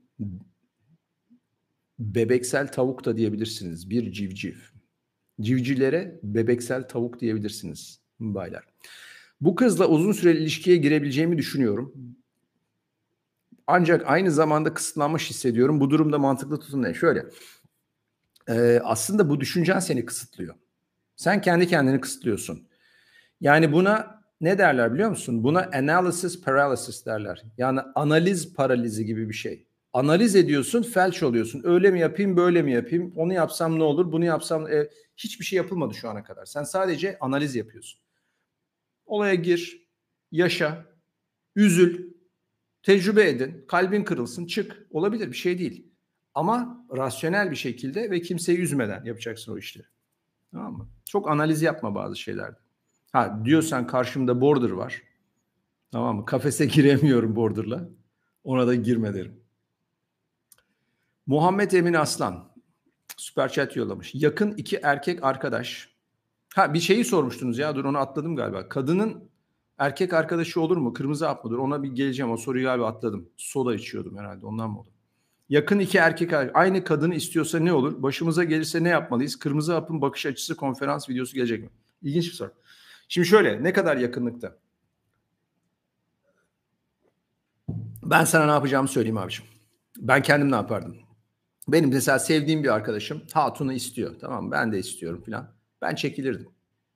bebeksel tavuk da diyebilirsiniz. Bir civciv. Civcivlere bebeksel tavuk diyebilirsiniz baylar. Bu kızla uzun süreli ilişkiye girebileceğimi düşünüyorum. Ancak aynı zamanda kısıtlanmış hissediyorum. Bu durumda mantıklı tutum ne? Şöyle. Aslında bu düşüncen seni kısıtlıyor. Sen kendi kendini kısıtlıyorsun. Yani buna ne derler biliyor musun? Buna analysis paralysis derler. Yani analiz paralizi gibi bir şey. Analiz ediyorsun, felç oluyorsun. Öyle mi yapayım, böyle mi yapayım? Onu yapsam ne olur, bunu yapsam... hiçbir şey yapılmadı şu ana kadar. Sen sadece analiz yapıyorsun. Olaya gir, yaşa, üzül, tecrübe edin, kalbin kırılsın, çık. Olabilir, bir şey değil. Ama rasyonel bir şekilde ve kimseyi üzmeden yapacaksın o işleri. Tamam mı? Çok analiz yapma bazı şeylerde. Diyorsan karşımda border var. Tamam mı? Kafese giremiyorum border'la. Ona da girme derim. Muhammed Emin Aslan süper chat yollamış. Yakın 2 erkek arkadaş. Bir şeyi sormuştunuz ya, dur onu atladım galiba. Kadının erkek arkadaşı olur mu? Kırmızı hap mıdır? Ona bir geleceğim. O soruyu galiba atladım. Soda içiyordum herhalde, ondan mı oldu? Yakın 2 erkek aynı kadını istiyorsa ne olur? Başımıza gelirse ne yapmalıyız? Kırmızı hapın bakış açısı konferans videosu gelecek mi? İlginç bir soru. Şimdi şöyle, ne kadar yakınlıkta? Ben sana ne yapacağımı söyleyeyim abiciğim. Ben kendim ne yapardım? Benim mesela sevdiğim bir arkadaşım hatunu istiyor. Tamam mı? Ben de istiyorum falan. Ben çekilirdim.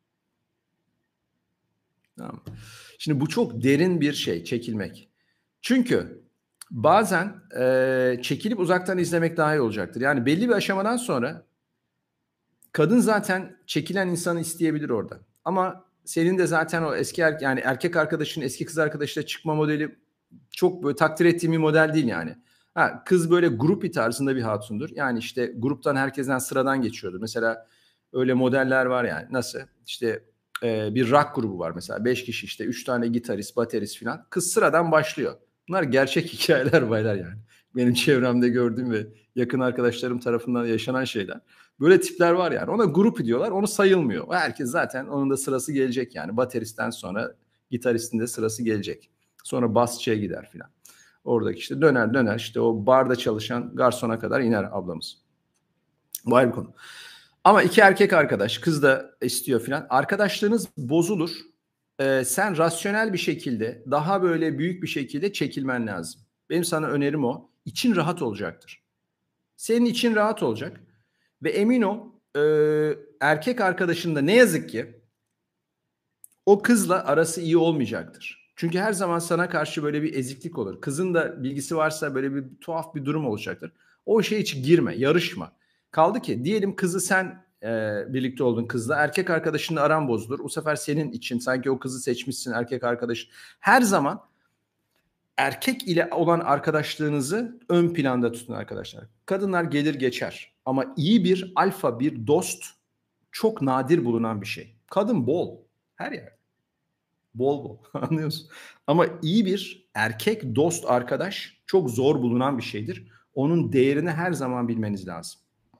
Tamam. Şimdi bu çok derin bir şey, çekilmek. Çünkü bazen çekilip uzaktan izlemek daha iyi olacaktır. Yani belli bir aşamadan sonra kadın zaten çekilen insanı isteyebilir orada. Ama senin de zaten o eski yani erkek arkadaşın eski kız arkadaşıyla çıkma modeli çok böyle takdir ettiğim bir model değil yani. Kız böyle grup tarzında bir hatundur. Yani işte gruptan herkesten sıradan geçiyordur. Mesela öyle modeller var yani. Nasıl? İşte bir rock grubu var mesela. 5 kişi işte 3 tane gitarist, baterist falan. Kız sıradan başlıyor. Bunlar gerçek hikayeler baylar yani. Benim çevremde gördüğüm ve yakın arkadaşlarım tarafından yaşanan şeyler. Böyle tipler var yani. Ona grup diyorlar. Onu sayılmıyor. Herkes zaten onun da sırası gelecek yani. Bateristten sonra gitaristin de sırası gelecek. Sonra basçıya gider filan. Oradaki işte döner döner işte o barda çalışan garsona kadar iner ablamız. Bu ayrı bir konu. Ama iki erkek arkadaş, kız da istiyor filan. Arkadaşlığınız bozulur. Sen rasyonel bir şekilde, daha böyle büyük bir şekilde çekilmen lazım. Benim sana önerim o. İçin rahat olacaktır. Senin için rahat olacak. Ve emin ol, erkek arkadaşın da ne yazık ki o kızla arası iyi olmayacaktır. Çünkü her zaman sana karşı böyle bir eziklik olur. Kızın da bilgisi varsa böyle bir tuhaf bir durum olacaktır. O şey için girme, yarışma. Kaldı ki diyelim kızı sen birlikte oldun kızla. Erkek arkadaşınla aran bozulur. Bu sefer senin için sanki o kızı seçmişsin erkek arkadaş. Her zaman erkek ile olan arkadaşlığınızı ön planda tutun arkadaşlar. Kadınlar gelir geçer. Ama iyi bir alfa bir dost çok nadir bulunan bir şey. Kadın bol. Her yerde. Bol bol. Anlıyorsun? Ama iyi bir erkek dost arkadaş çok zor bulunan bir şeydir. Onun değerini her zaman bilmeniz lazım.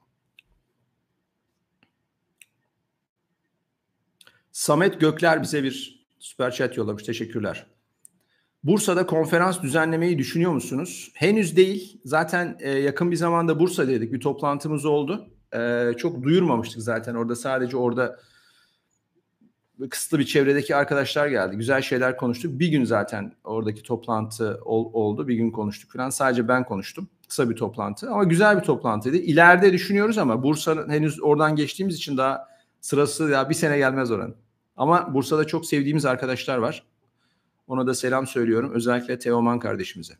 Samet Gökler bize bir süper chat yollamış. Teşekkürler. Bursa'da konferans düzenlemeyi düşünüyor musunuz? Henüz değil. Zaten yakın bir zamanda Bursa'daydık. Bir toplantımız oldu. Çok duyurmamıştık zaten. Sadece orada kısıtlı bir çevredeki arkadaşlar geldi. Güzel şeyler konuştuk. Bir gün zaten oradaki toplantı oldu. Bir gün konuştuk falan. Sadece ben konuştum. Kısa bir toplantı ama güzel bir toplantıydı. İleride düşünüyoruz ama Bursa'nın henüz oradan geçtiğimiz için daha sırası ya bir sene gelmez oranın. Ama Bursa'da çok sevdiğimiz arkadaşlar var. Ona da selam söylüyorum. Özellikle Teoman kardeşimize.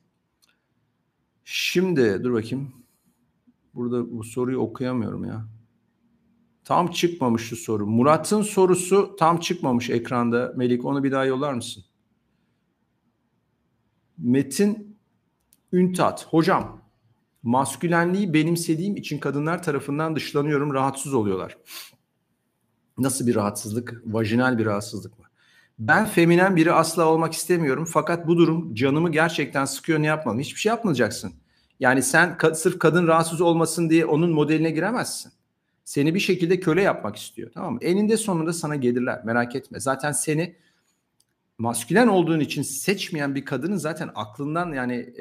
Şimdi dur bakayım. Burada bu soruyu okuyamıyorum ya. Tam çıkmamış şu soru. Murat'ın sorusu tam çıkmamış ekranda. Melik onu bir daha yollar mısın? Metin Üntat. Hocam, maskülenliği benimsediğim için kadınlar tarafından dışlanıyorum, rahatsız oluyorlar. Nasıl bir rahatsızlık? Vajinal bir rahatsızlık mı? Ben feminen biri asla olmak istemiyorum. Fakat bu durum canımı gerçekten sıkıyor. Ne yapmalım? Hiçbir şey yapmayacaksın. Yani sen sırf kadın rahatsız olmasın diye onun modeline giremezsin. Seni bir şekilde köle yapmak istiyor. Tamam mı? Eninde sonunda sana gelirler. Merak etme. Zaten seni maskülen olduğun için seçmeyen bir kadının zaten aklından yani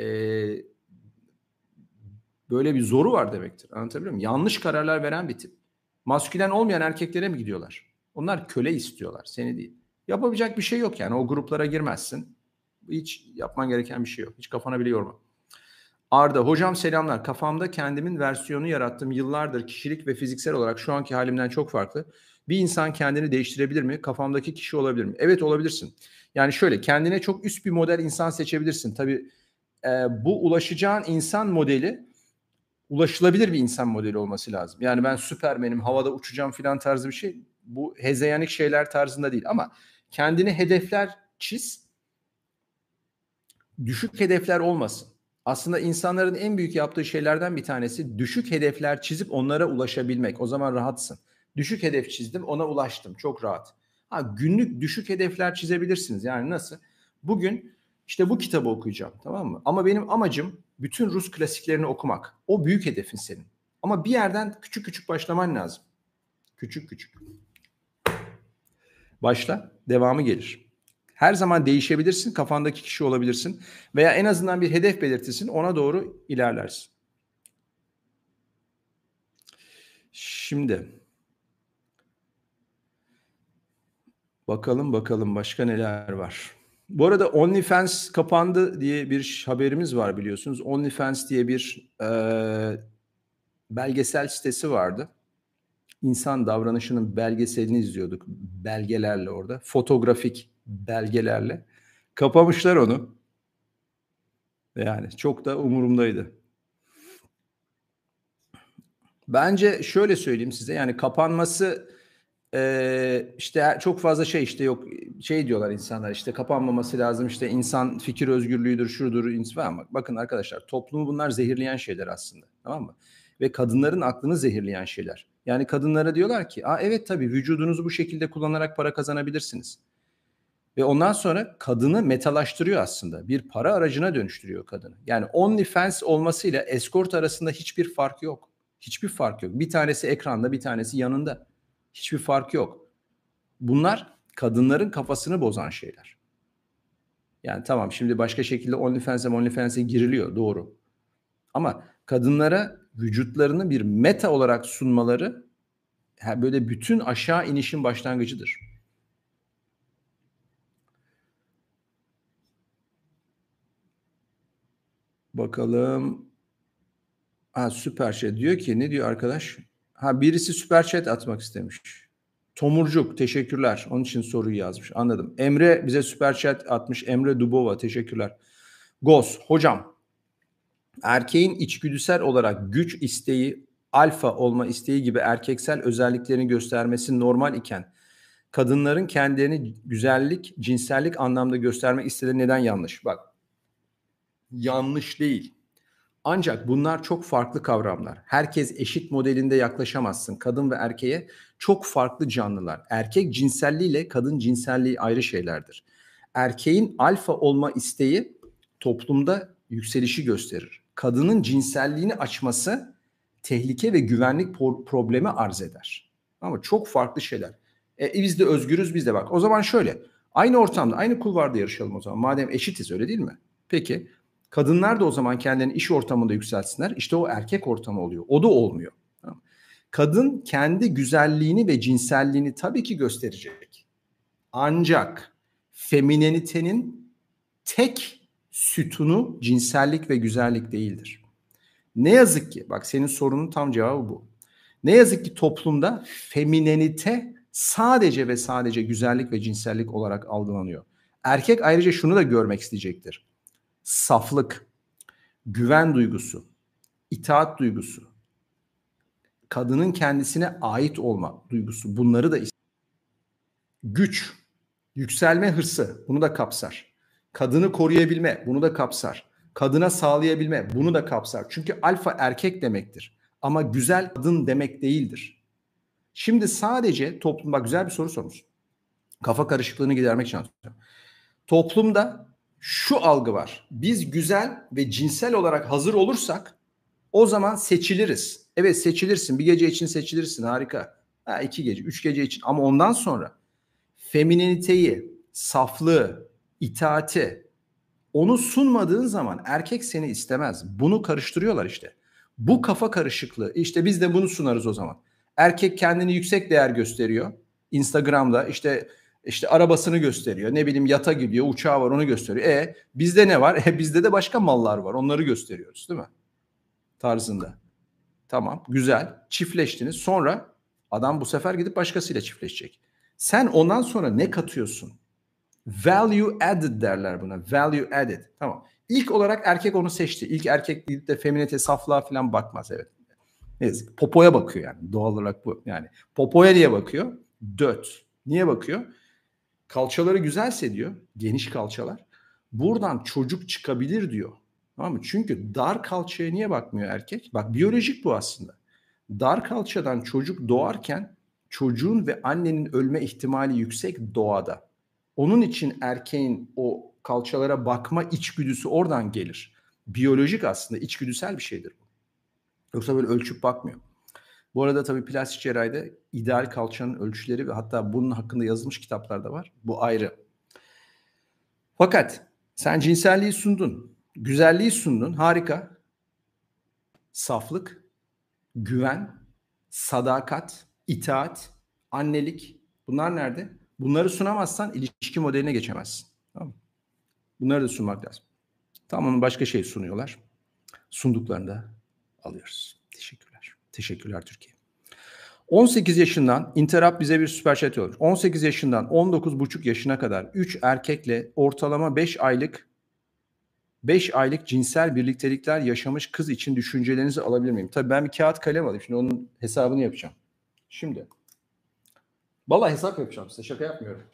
böyle bir zoru var demektir. Anlatabiliyor muyum? Yanlış kararlar veren bir tip. Maskülen olmayan erkeklere mi gidiyorlar? Onlar köle istiyorlar. Seni değil. Yapabilecek bir şey yok yani. O gruplara girmezsin. Hiç yapman gereken bir şey yok. Hiç kafana bile yorma. Arda, hocam selamlar. Kafamda kendimin versiyonu yarattım. Yıllardır kişilik ve fiziksel olarak şu anki halimden çok farklı. Bir insan kendini değiştirebilir mi? Kafamdaki kişi olabilir mi? Evet, olabilirsin. Yani şöyle, kendine çok üst bir model insan seçebilirsin. Tabii bu ulaşacağın insan modeli ulaşılabilir bir insan modeli olması lazım. Yani ben Süpermen'im, havada uçacağım filan tarzı bir şey. Bu hezeyanik şeyler tarzında değil ama kendine hedefler çiz. Düşük hedefler olmasın. Aslında insanların en büyük yaptığı şeylerden bir tanesi düşük hedefler çizip onlara ulaşabilmek. O zaman rahatsın. Düşük hedef çizdim, ona ulaştım. Çok rahat. Günlük düşük hedefler çizebilirsiniz. Yani nasıl? Bugün işte bu kitabı okuyacağım, tamam mı? Ama benim amacım bütün Rus klasiklerini okumak. O büyük hedefin senin. Ama bir yerden küçük küçük başlaman lazım. Küçük küçük. Başla, devamı gelir. Her zaman değişebilirsin, kafandaki kişi olabilirsin veya en azından bir hedef belirtirsin, ona doğru ilerlersin. Şimdi bakalım başka neler var. Bu arada OnlyFans kapandı diye bir haberimiz var biliyorsunuz. OnlyFans diye bir belgesel sitesi vardı. İnsan davranışının belgeselini izliyorduk belgelerle orada. Fotoğrafik belgelerle. Kapamışlar onu. Yani çok da umurumdaydı. Bence şöyle söyleyeyim size, yani kapanması işte çok fazla şey işte yok şey diyorlar insanlar, işte kapanmaması lazım, işte insan fikir özgürlüğüdür, şudur falan. Bakın arkadaşlar, toplumu bunlar zehirleyen şeyler aslında, tamam mı? Ve kadınların aklını zehirleyen şeyler. Yani kadınlara diyorlar ki evet tabii vücudunuzu bu şekilde kullanarak para kazanabilirsiniz. Ve ondan sonra kadını metalaştırıyor aslında. Bir para aracına dönüştürüyor kadını. Yani OnlyFans olmasıyla escort arasında hiçbir fark yok. Hiçbir fark yok. Bir tanesi ekranda, bir tanesi yanında. Hiçbir fark yok. Bunlar kadınların kafasını bozan şeyler. Yani tamam, şimdi başka şekilde OnlyFans'e giriliyor, doğru. Ama kadınlara vücutlarını bir meta olarak sunmaları böyle bütün aşağı inişin başlangıcıdır. Bakalım. Ha, süper chat diyor ki, ne diyor arkadaş? Ha, birisi süper chat atmak istemiş. Tomurcuk, teşekkürler. Onun için soruyu yazmış. Anladım. Emre bize süper chat atmış. Emre Dubova, teşekkürler. Gos, hocam, erkeğin içgüdüsel olarak güç isteği, alfa olma isteği gibi erkeksel özelliklerini göstermesi normal iken kadınların kendilerini güzellik, cinsellik anlamda göstermek istediği neden yanlış? Bak, yanlış değil. Ancak bunlar çok farklı kavramlar. Herkes eşit modelinde yaklaşamazsın. Kadın ve erkeğe çok farklı canlılar. Erkek cinselliği ile kadın cinselliği ayrı şeylerdir. Erkeğin alfa olma isteği toplumda yükselişi gösterir. Kadının cinselliğini açması tehlike ve güvenlik problemi arz eder. Ama çok farklı şeyler. Biz de özgürüz, biz de bak. O zaman şöyle, aynı ortamda, aynı kulvarda yarışalım o zaman. Madem eşitiz, öyle değil mi? Peki, kadınlar da o zaman kendilerini iş ortamında yükseltsinler. İşte o erkek ortamı oluyor. O da olmuyor. Kadın kendi güzelliğini ve cinselliğini tabii ki gösterecek. Ancak feminenitenin tek sütunu cinsellik ve güzellik değildir. Ne yazık ki, bak senin sorunun tam cevabı bu. Ne yazık ki toplumda feminenite sadece ve sadece güzellik ve cinsellik olarak algılanıyor. Erkek ayrıca şunu da görmek isteyecektir: saflık, güven duygusu, itaat duygusu, kadının kendisine ait olma duygusu, bunları da güç, yükselme hırsı, bunu da kapsar. Kadını koruyabilme, bunu da kapsar. Kadına sağlayabilme, bunu da kapsar. Çünkü alfa erkek demektir. Ama güzel kadın demek değildir. Şimdi sadece toplumda güzel bir soru sormuş. Kafa karışıklığını gidermek için anlatıyorum. Toplumda şu algı var: biz güzel ve cinsel olarak hazır olursak o zaman seçiliriz. Evet, seçilirsin. Bir gece için seçilirsin. Harika. 2 gece, 3 gece için. Ama ondan sonra femineniteyi, saflığı, itaati, onu sunmadığın zaman erkek seni istemez. Bunu karıştırıyorlar işte. Bu kafa karışıklığı. İşte biz de bunu sunarız o zaman. Erkek kendini yüksek değer gösteriyor. Instagram'da işte arabasını gösteriyor. Ne bileyim, yata gidiyor, uçağı var, onu gösteriyor. Bizde ne var? Bizde de başka mallar var. Onları gösteriyoruz, değil mi? Tarzında. Tamam, güzel. Çiftleştiniz. Sonra adam bu sefer gidip başkasıyla çiftleşecek. Sen ondan sonra ne katıyorsun? Value added derler buna. Value added. Tamam. İlk olarak erkek onu seçti. İlk erkek gidip de feminite, saflığa falan bakmaz. Evet. Neyse, popoya bakıyor yani. Doğal olarak bu. Yani popoya niye bakıyor? Döt. Niye bakıyor? Kalçaları güzelse diyor. Geniş kalçalar. Buradan çocuk çıkabilir diyor. Tamam mı? Çünkü dar kalçaya niye bakmıyor erkek? Bak, biyolojik bu aslında. Dar kalçadan çocuk doğarken çocuğun ve annenin ölme ihtimali yüksek doğada. Onun için erkeğin o kalçalara bakma içgüdüsü oradan gelir. Biyolojik, aslında içgüdüsel bir şeydir bu. Yoksa böyle ölçüp bakmıyor. Bu arada tabii plastik cerrahide ideal kalçanın ölçüleri ve hatta bunun hakkında yazılmış kitaplar da var. Bu ayrı. Fakat sen cinselliği sundun, güzelliği sundun, harika. Saflık, güven, sadakat, itaat, annelik, bunlar nerede? Bunları sunamazsan ilişki modeline geçemezsin. Tamam mı? Bunları da sunmak lazım. Tamam, onun başka şey sunuyorlar. Sunduklarını da alıyoruz. Teşekkürler. Teşekkürler Türkiye. 18 yaşından Interrupt bize bir süper chat yollamış. 18 yaşından 19,5 yaşına kadar 3 erkekle ortalama 5 aylık cinsel birliktelikler yaşamış kız için düşüncelerinizi alabilir miyim? Tabii ben bir kağıt kalem alayım. Şimdi onun hesabını yapacağım. Şimdi. Vallahi hesap yapacağım size. Şaka yapmıyorum.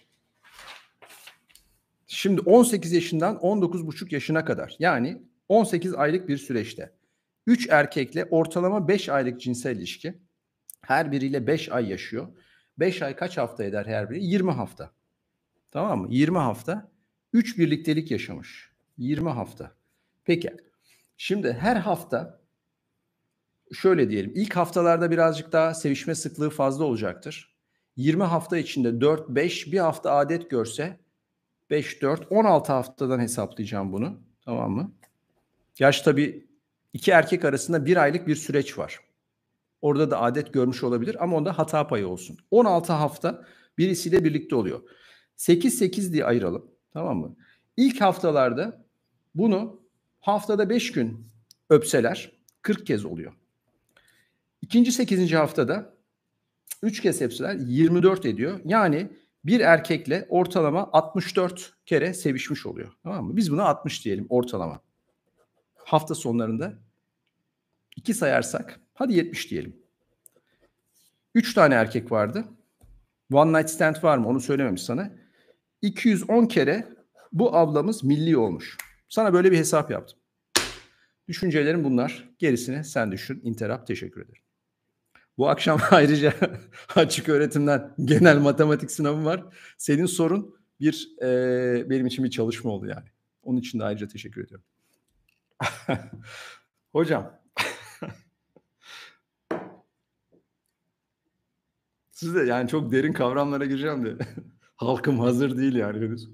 Şimdi 18 yaşından 19,5 yaşına kadar, yani 18 aylık bir süreçte 3 erkekle ortalama 5 aylık cinsel ilişki. Her biriyle 5 ay yaşıyor. 5 ay kaç hafta eder her biri? 20 hafta. Tamam mı? 20 hafta 3 birliktelik yaşamış. 20 hafta. Peki. Şimdi her hafta şöyle diyelim. İlk haftalarda birazcık daha sevişme sıklığı fazla olacaktır. 20 hafta içinde 4-5, bir hafta adet görse 5, 4, 16 haftadan hesaplayacağım bunu. Tamam mı? Yaş tabii 2 erkek arasında 1 aylık bir süreç var. Orada da adet görmüş olabilir ama onda hata payı olsun. 16 hafta birisiyle birlikte oluyor. 8-8 diye ayıralım. Tamam mı? İlk haftalarda bunu haftada 5 gün öpseler 40 kez oluyor. İkinci 8. haftada 3 kez öpseler 24 ediyor. Yani bir erkekle ortalama 64 kere sevişmiş oluyor. Tamam mı? Biz buna 60 diyelim ortalama. Hafta sonlarında 2 sayarsak hadi 70 diyelim. 3 tane erkek vardı. One night stand var mı? Onu söylememiş sana. 210 kere bu ablamız milli olmuş. Sana böyle bir hesap yaptım. Düşüncelerim bunlar. Gerisini sen düşün. Interrupt, teşekkür ederim. Bu akşam ayrıca açık öğretimden genel matematik sınavım var. Senin sorun benim için bir çalışma oldu yani. Onun için de ayrıca teşekkür ediyorum. Hocam. Siz de yani çok derin kavramlara gireceğim de halkım hazır değil yani henüz.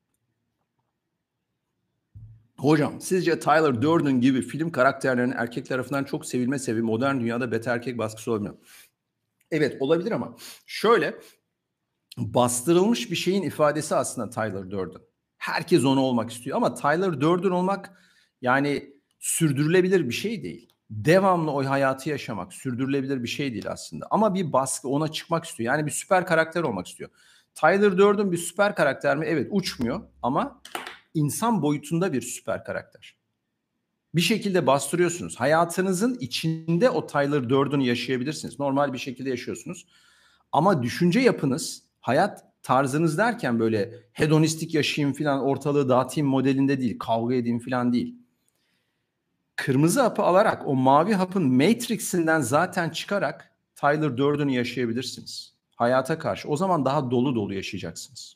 Hocam sizce Tyler Durden gibi film karakterlerinin erkek tarafından çok sevilme sebebi modern dünyada beta erkek baskısı olabilir mi? Evet olabilir ama şöyle bastırılmış bir şeyin ifadesi aslında Tyler Durden. Herkes onu olmak istiyor ama Tyler Durden olmak yani sürdürülebilir bir şey değil. Devamlı o hayatı yaşamak sürdürülebilir bir şey değil aslında. Ama bir baskı ona çıkmak istiyor. Yani bir süper karakter olmak istiyor. Tyler Durden bir süper karakter mi? Evet uçmuyor ama insan boyutunda bir süper karakter. Bir şekilde bastırıyorsunuz. Hayatınızın içinde o Tyler Durden'ı yaşayabilirsiniz. Normal bir şekilde yaşıyorsunuz. Ama düşünce yapınız, hayat tarzınız derken böyle hedonistik yaşayayım falan ortalığı dağıtayım modelinde değil, kavga edeyim falan değil. Kırmızı hapı alarak o mavi hapın Matrix'inden zaten çıkarak Tyler Durden'ı yaşayabilirsiniz. Hayata karşı. O zaman daha dolu dolu yaşayacaksınız.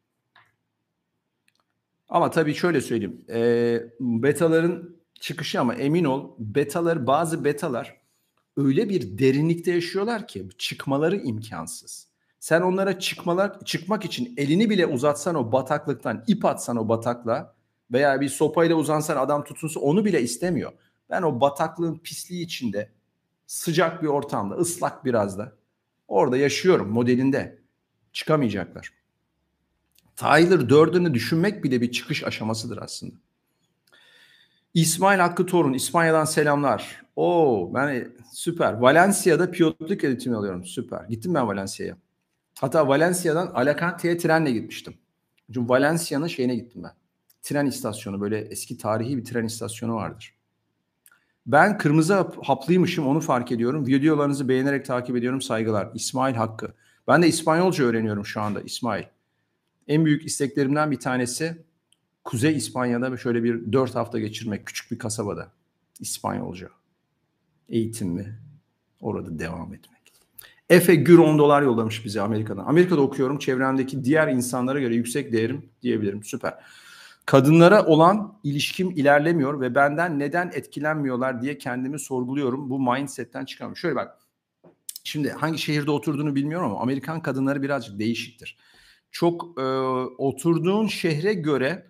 Ama tabii şöyle söyleyeyim. Betaların çıkışı ama emin ol bazı betalar öyle bir derinlikte yaşıyorlar ki çıkmaları imkansız. Sen onlara çıkmak için elini bile uzatsan o bataklıktan, ip atsan o bataklığa veya bir sopayla uzansan adam tutunsa onu bile istemiyor. Ben o bataklığın pisliği içinde sıcak bir ortamda, ıslak biraz da orada yaşıyorum modelinde. Çıkamayacaklar. Tyler Durden'ı düşünmek bile bir çıkış aşamasıdır aslında. İsmail Hakkı Torun, İspanya'dan selamlar. Ben süper. Valencia'da pilotluk eğitimi alıyorum. Süper. Gittim ben Valencia'ya. Hatta Valencia'dan Alacante'ye trenle gitmiştim. Çünkü Valencia'nın şeyine gittim ben. Tren istasyonu, böyle eski tarihi bir tren istasyonu vardır. Ben kırmızı haplıymışım, onu fark ediyorum. Videolarınızı beğenerek takip ediyorum. Saygılar. İsmail Hakkı. Ben de İspanyolca öğreniyorum şu anda İsmail. En büyük isteklerimden bir tanesi Kuzey İspanya'da şöyle bir 4 hafta geçirmek, küçük bir kasabada. İspanyolca. Eğitimli. Orada devam etmek. Efe Gür $10 yollamış bize Amerika'dan. Amerika'da okuyorum. Çevremdeki diğer insanlara göre yüksek değerim diyebilirim. Süper. Kadınlara olan ilişkim ilerlemiyor ve benden neden etkilenmiyorlar diye kendimi sorguluyorum. Bu mindsetten çıkamıyorum. Şöyle bak. Şimdi hangi şehirde oturduğunu bilmiyorum ama Amerikan kadınları birazcık değişiktir. Çok oturduğun şehre göre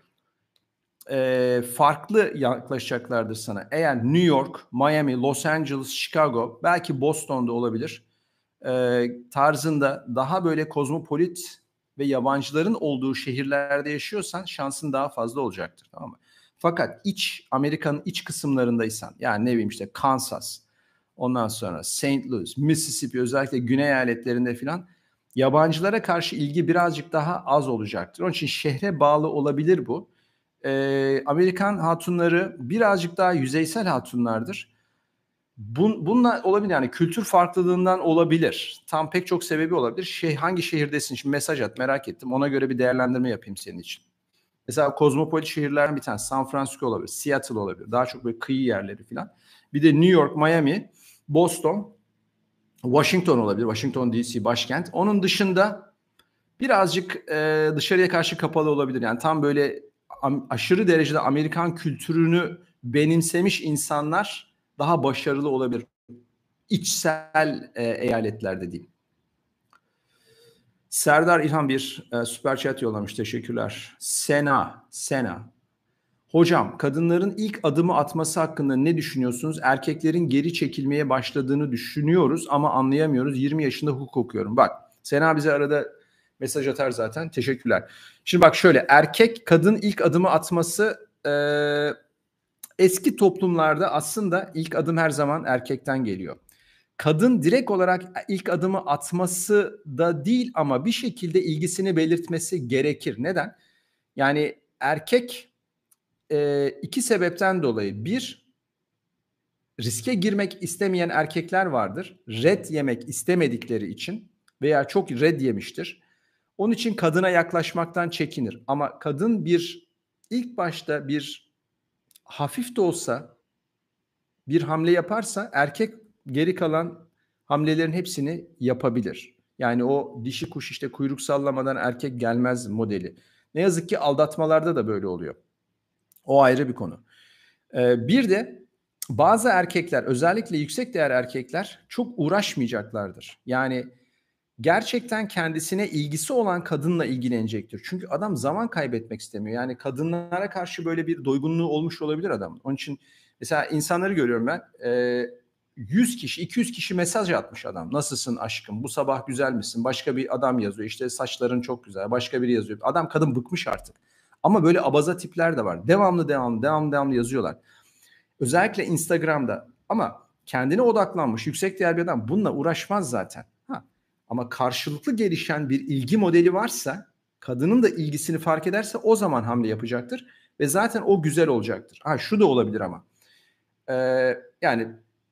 farklı yaklaşacaklardır sana. Eğer New York, Miami, Los Angeles, Chicago, belki Boston'da olabilir tarzında daha böyle kozmopolit ve yabancıların olduğu şehirlerde yaşıyorsan şansın daha fazla olacaktır. Tamam mı? Fakat Amerika'nın iç kısımlarındaysan yani ne bileyim işte Kansas, ondan sonra St. Louis, Mississippi özellikle güney eyaletlerinde filan yabancılara karşı ilgi birazcık daha az olacaktır. Onun için şehre bağlı olabilir bu. Amerikan hatunları birazcık daha yüzeysel hatunlardır. Bununla olabilir yani kültür farklılığından olabilir. Tam pek çok sebebi olabilir. Hangi şehirdesin? Şimdi mesaj at merak ettim. Ona göre bir değerlendirme yapayım senin için. Mesela kozmopolit şehirlerden bir tanesi San Francisco olabilir, Seattle olabilir. Daha çok böyle kıyı yerleri falan. Bir de New York, Miami, Boston, Washington olabilir. Washington DC başkent. Onun dışında birazcık dışarıya karşı kapalı olabilir. Yani tam böyle aşırı derecede Amerikan kültürünü benimsemiş insanlar daha başarılı olabilir. İçsel eyaletlerde diyeyim. Serdar İlhan bir süper chat yollamış. Teşekkürler. Sena. Hocam, kadınların ilk adımı atması hakkında ne düşünüyorsunuz? Erkeklerin geri çekilmeye başladığını düşünüyoruz ama anlayamıyoruz. 20 yaşında hukuk okuyorum. Bak, Sena bize arada mesaj atar zaten. Teşekkürler. Şimdi bak şöyle, erkek kadın ilk adımı atması eski toplumlarda aslında ilk adım her zaman erkekten geliyor. Kadın direkt olarak ilk adımı atması da değil ama bir şekilde ilgisini belirtmesi gerekir. Neden? Yani erkek iki sebepten dolayı. Bir, riske girmek istemeyen erkekler vardır. Red yemek istemedikleri için veya çok red yemiştir. Onun için kadına yaklaşmaktan çekinir. Ama kadın ilk başta bir hafif de olsa bir hamle yaparsa erkek geri kalan hamlelerin hepsini yapabilir. Yani o dişi kuş işte kuyruk sallamadan erkek gelmez modeli. Ne yazık ki aldatmalarda da böyle oluyor. O ayrı bir konu. Bir de bazı erkekler, özellikle yüksek değer erkekler çok uğraşmayacaklardır. Yani gerçekten kendisine ilgisi olan kadınla ilgilenecektir. Çünkü adam zaman kaybetmek istemiyor. Yani kadınlara karşı böyle bir doygunluğu olmuş olabilir adam. Onun için mesela insanları görüyorum ben. 100 kişi, 200 kişi mesaj atmış adam. Nasılsın aşkım? Bu sabah güzel misin? Başka bir adam yazıyor. İşte saçların çok güzel. Başka biri yazıyor. Adam kadın bıkmış artık. Ama böyle abaza tipler de var. Devamlı yazıyorlar. Özellikle Instagram'da. Ama kendine odaklanmış, yüksek değer bir adam bununla uğraşmaz zaten. Ama karşılıklı gelişen bir ilgi modeli varsa, kadının da ilgisini fark ederse o zaman hamle yapacaktır. Ve zaten o güzel olacaktır. Şu da olabilir ama. Yani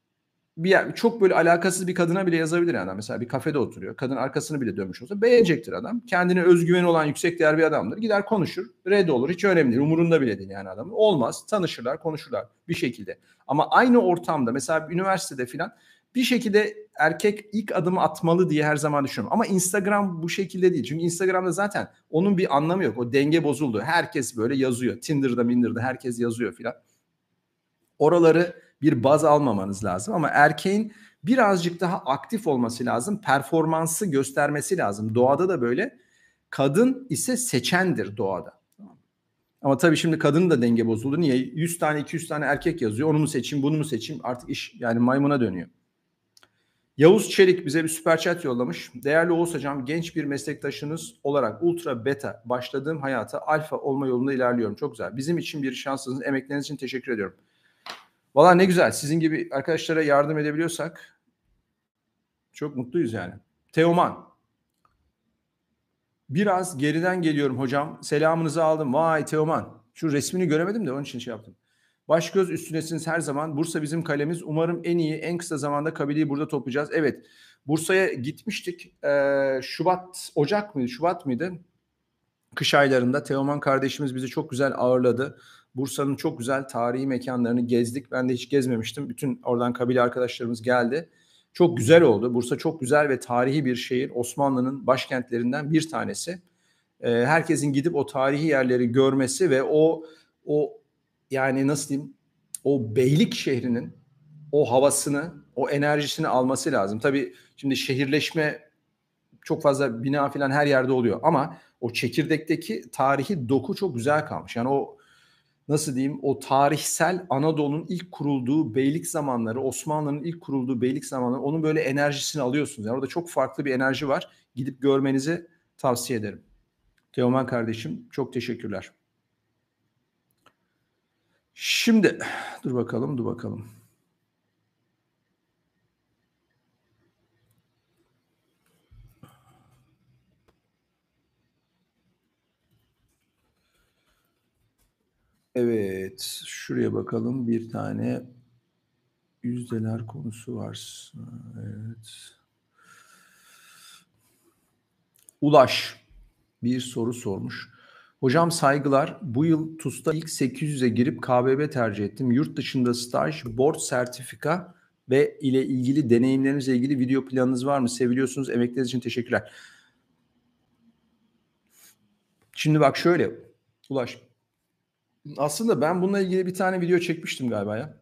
çok böyle alakasız bir kadına bile yazabilir adam. Mesela bir kafede oturuyor. Kadın arkasını bile dönmüş olsa beğenecektir adam. Kendine özgüveni olan yüksek değer bir adamdır. Gider konuşur. Red olur. Hiç önemli değil. Umurunda bile değil yani adamın. Olmaz. Tanışırlar, konuşurlar bir şekilde. Ama aynı ortamda mesela üniversitede filan bir şekilde erkek ilk adımı atmalı diye her zaman düşünüyorum. Ama Instagram bu şekilde değil. Çünkü Instagram'da zaten onun bir anlamı yok. O denge bozuldu. Herkes böyle yazıyor. Tinder'da herkes yazıyor filan. Oraları bir baz almamanız lazım ama erkeğin birazcık daha aktif olması lazım. Performansı göstermesi lazım. Doğada da böyle. Kadın ise seçendir doğada. Ama tabii şimdi kadının da denge bozuldu. Niye? 100 tane 200 tane erkek yazıyor. Onu mu seçeyim, bunu mu seçeyim? Artık iş yani maymuna dönüyor. Yavuz Çelik bize bir süper chat yollamış. Değerli Oğuz Hocam, genç bir meslektaşınız olarak ultra beta başladığım hayata alfa olma yolunda ilerliyorum. Çok güzel. Bizim için bir şanssınız. Emekleriniz için teşekkür ediyorum. Valla ne güzel. Sizin gibi arkadaşlara yardım edebiliyorsak çok mutluyuz yani. Teoman. Biraz geriden geliyorum hocam. Selamınızı aldım. Vay Teoman. Şu resmini göremedim de onun için şey yaptım. Baş göz üstünesiniz her zaman. Bursa bizim kalemiz. Umarım en iyi, en kısa zamanda kabileyi burada toplayacağız. Evet. Bursa'ya gitmiştik. Şubat mıydı? Kış aylarında Teoman kardeşimiz bizi çok güzel ağırladı. Bursa'nın çok güzel tarihi mekanlarını gezdik. Ben de hiç gezmemiştim. Bütün oradan kabile arkadaşlarımız geldi. Çok güzel oldu. Bursa çok güzel ve tarihi bir şehir. Osmanlı'nın başkentlerinden bir tanesi. Herkesin gidip o tarihi yerleri görmesi ve o yani nasıl diyeyim, o beylik şehrinin o havasını, o enerjisini alması lazım. Tabii şimdi şehirleşme çok fazla bina falan her yerde oluyor ama o çekirdekteki tarihi doku çok güzel kalmış. Yani o nasıl diyeyim, o tarihsel Anadolu'nun ilk kurulduğu beylik zamanları, Osmanlı'nın ilk kurulduğu beylik zamanları, onun böyle enerjisini alıyorsunuz. Yani orada çok farklı bir enerji var. Gidip görmenizi tavsiye ederim. Teoman kardeşim çok teşekkürler. Şimdi dur bakalım. Evet, şuraya bakalım. Bir tane yüzdeler konusu var. Evet. Ulaş bir soru sormuş. Hocam saygılar. Bu yıl TUS'ta ilk 800'e girip KBB tercih ettim. Yurt dışında staj, board sertifika ve ile ilgili deneyimlerinizle ilgili video planınız var mı? Seviliyorsunuz. Emekleriniz için teşekkürler. Şimdi bak şöyle Ulaş. Aslında ben bununla ilgili bir tane video çekmiştim galiba ya.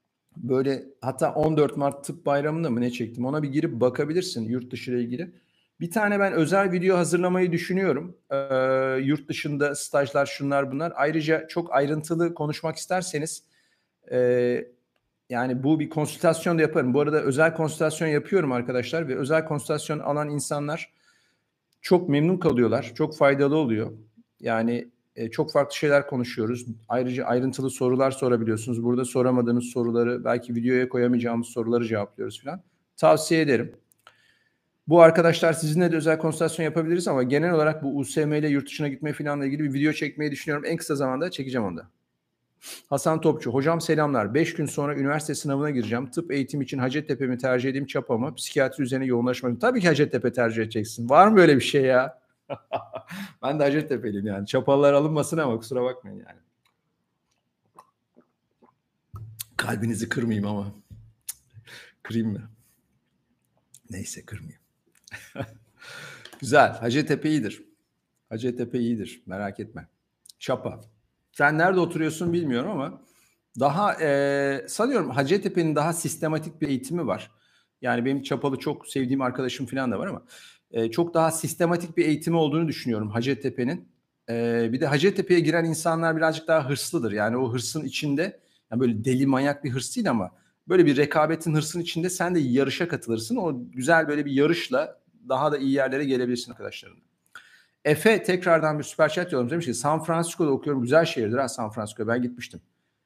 Böyle hatta 14 Mart Tıp Bayramı'nda mı ne çektim? Ona bir girip bakabilirsin yurt dışı ile ilgili. Bir tane ben özel video hazırlamayı düşünüyorum. Yurt dışında stajlar, şunlar bunlar. Ayrıca çok ayrıntılı konuşmak isterseniz yani bu bir konsültasyon da yaparım. Bu arada özel konsültasyon yapıyorum arkadaşlar ve özel konsültasyon alan insanlar çok memnun kalıyorlar. Çok faydalı oluyor. Yani çok farklı şeyler konuşuyoruz. Ayrıca ayrıntılı sorular sorabiliyorsunuz. Burada soramadığınız soruları, belki videoya koyamayacağımız soruları cevaplıyoruz falan. Tavsiye ederim. Bu arkadaşlar sizinle de özel konsültasyon yapabiliriz ama genel olarak bu USM ile yurt dışına gitme falanla ilgili bir video çekmeyi düşünüyorum. En kısa zamanda çekeceğim onu da. Hasan Topçu, hocam selamlar. 5 gün sonra üniversite sınavına gireceğim. Tıp eğitimi için Hacettepe mi tercih edeyim, Çapa mı? Psikiyatri üzerine yoğunlaşmak. Tabii ki Hacettepe tercih edeceksin. Var mı böyle bir şey ya? Ben de Hacettepe'liyim yani. Çapalılar alınmasın ama kusura bakmayın yani. Kalbinizi kırmayayım ama. Kırayım mı? Neyse kırmayayım. Güzel. Hacettepe iyidir. Hacettepe iyidir. Merak etme. Çapa. Sen nerede oturuyorsun bilmiyorum ama daha sanıyorum Hacettepe'nin daha sistematik bir eğitimi var. Yani benim Çapalı çok sevdiğim arkadaşım falan da var ama çok daha sistematik bir eğitimi olduğunu düşünüyorum Hacettepe'nin. Bir de Hacettepe'ye giren insanlar birazcık daha hırslıdır. Yani o hırsın içinde, yani böyle deli manyak bir hırs değil ama böyle bir rekabetin, hırsın içinde sen de yarışa katılırsın. O güzel böyle bir yarışla daha da iyi yerlere gelebilirsin arkadaşlarınla. Efe tekrardan bir süper chat yollamış. Demiş ki San Francisco'da okuyorum. Güzel şehirdir ha San Francisco. Ben gitmiştim.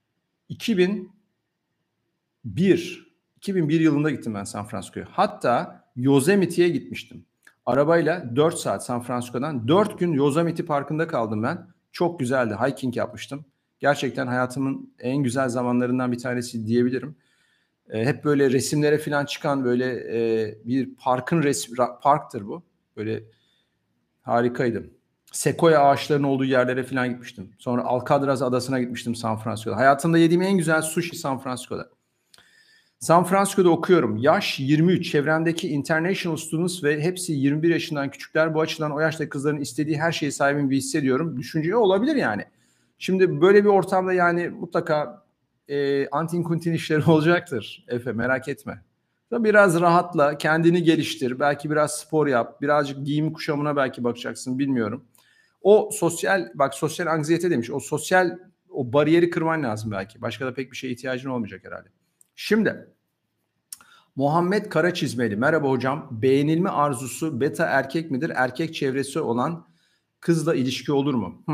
2001 yılında gittim ben San Francisco'ya. Hatta Yosemite'ye gitmiştim. Arabayla 4 saat San Francisco'dan 4 gün Yosemite Parkı'nda kaldım ben. Çok güzeldi. Hiking yapmıştım. Gerçekten hayatımın en güzel zamanlarından bir tanesi diyebilirim. Hep böyle resimlere falan çıkan böyle bir parktır bu. Böyle harikaydı. Sekoya ağaçlarının olduğu yerlere falan gitmiştim. Sonra Alcatraz adasına gitmiştim San Francisco'da. Hayatımda yediğim en güzel sushi San Francisco'da. San Francisco'da okuyorum. Yaş 23. Çevremdeki international students ve hepsi 21 yaşından küçükler. Bu açıdan o yaşta kızların istediği her şeye sahibim gibi hissediyorum. Düşünce olabilir yani. Şimdi böyle bir ortamda yani mutlaka antin kuntin işleri olacaktır. Efe merak etme. Biraz rahatla, kendini geliştir. Belki biraz spor yap. Birazcık giyim kuşamına belki bakacaksın, bilmiyorum. O sosyal anksiyete demiş. O bariyeri kırman lazım belki. Başka da pek bir şeye ihtiyacın olmayacak herhalde. Şimdi Muhammed Karaçizmeli. Merhaba hocam. Beğenilme arzusu beta erkek midir? Erkek çevresi olan kızla ilişki olur mu?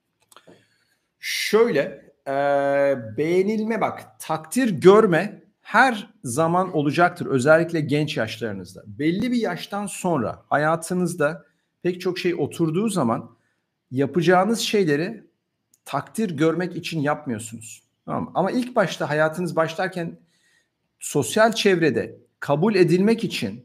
Şöyle beğenilme, bak, takdir görme her zaman olacaktır. Özellikle genç yaşlarınızda. Belli bir yaştan sonra hayatınızda pek çok şey oturduğu zaman yapacağınız şeyleri takdir görmek için yapmıyorsunuz. Tamam mı? Ama ilk başta hayatınız başlarken sosyal çevrede kabul edilmek için,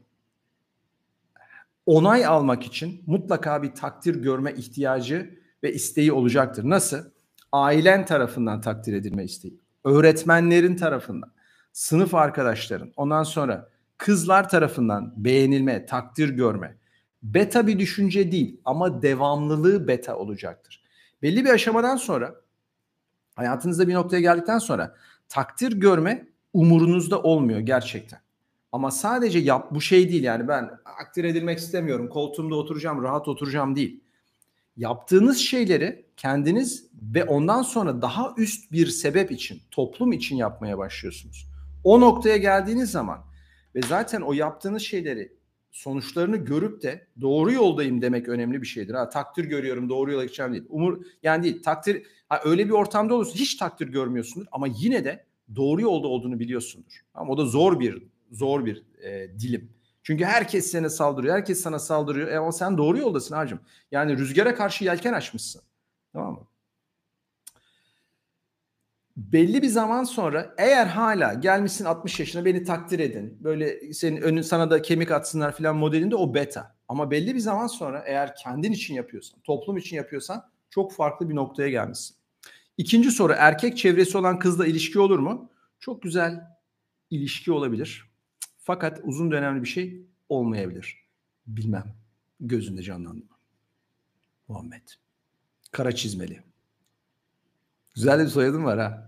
onay almak için mutlaka bir takdir görme ihtiyacı ve isteği olacaktır. Nasıl? Ailen tarafından takdir edilme isteği, öğretmenlerin tarafından, sınıf arkadaşların, ondan sonra kızlar tarafından beğenilme, takdir görme. Beta bir düşünce değil ama devamlılığı beta olacaktır. Belli bir aşamadan sonra, hayatınızda bir noktaya geldikten sonra takdir görme umurunuzda olmuyor gerçekten. Ama sadece bu şey değil, yani ben takdir edilmek istemiyorum, koltuğumda oturacağım, rahat oturacağım değil. Yaptığınız şeyleri kendiniz ve ondan sonra daha üst bir sebep için, toplum için yapmaya başlıyorsunuz. O noktaya geldiğiniz zaman ve zaten o yaptığınız şeyleri, sonuçlarını görüp de doğru yoldayım demek önemli bir şeydir. Takdir görüyorum, doğru yola gideceğim değil. Yani değil, takdir, öyle bir ortamda olursa hiç takdir görmüyorsundur ama yine de doğru yolda olduğunu biliyorsundur. Ama o da zor bir dilim. Çünkü herkes sana saldırıyor. Herkes sana saldırıyor. Ama sen doğru yoldasın hacım. Yani rüzgara karşı yelken açmışsın. Tamam mı? Belli bir zaman sonra eğer hala gelmişsin 60 yaşına, beni takdir edin, böyle senin sana da kemik atsınlar falan modelinde, o beta. Ama belli bir zaman sonra eğer kendin için yapıyorsan, toplum için yapıyorsan çok farklı bir noktaya gelmişsin. İkinci soru, erkek çevresi olan kızla ilişki olur mu? Çok güzel ilişki olabilir. Fakat uzun dönemli bir şey olmayabilir. Bilmem. Gözünde canlandı mı? Muhammed. Karaçizmeli. Güzel bir soyadım var ha.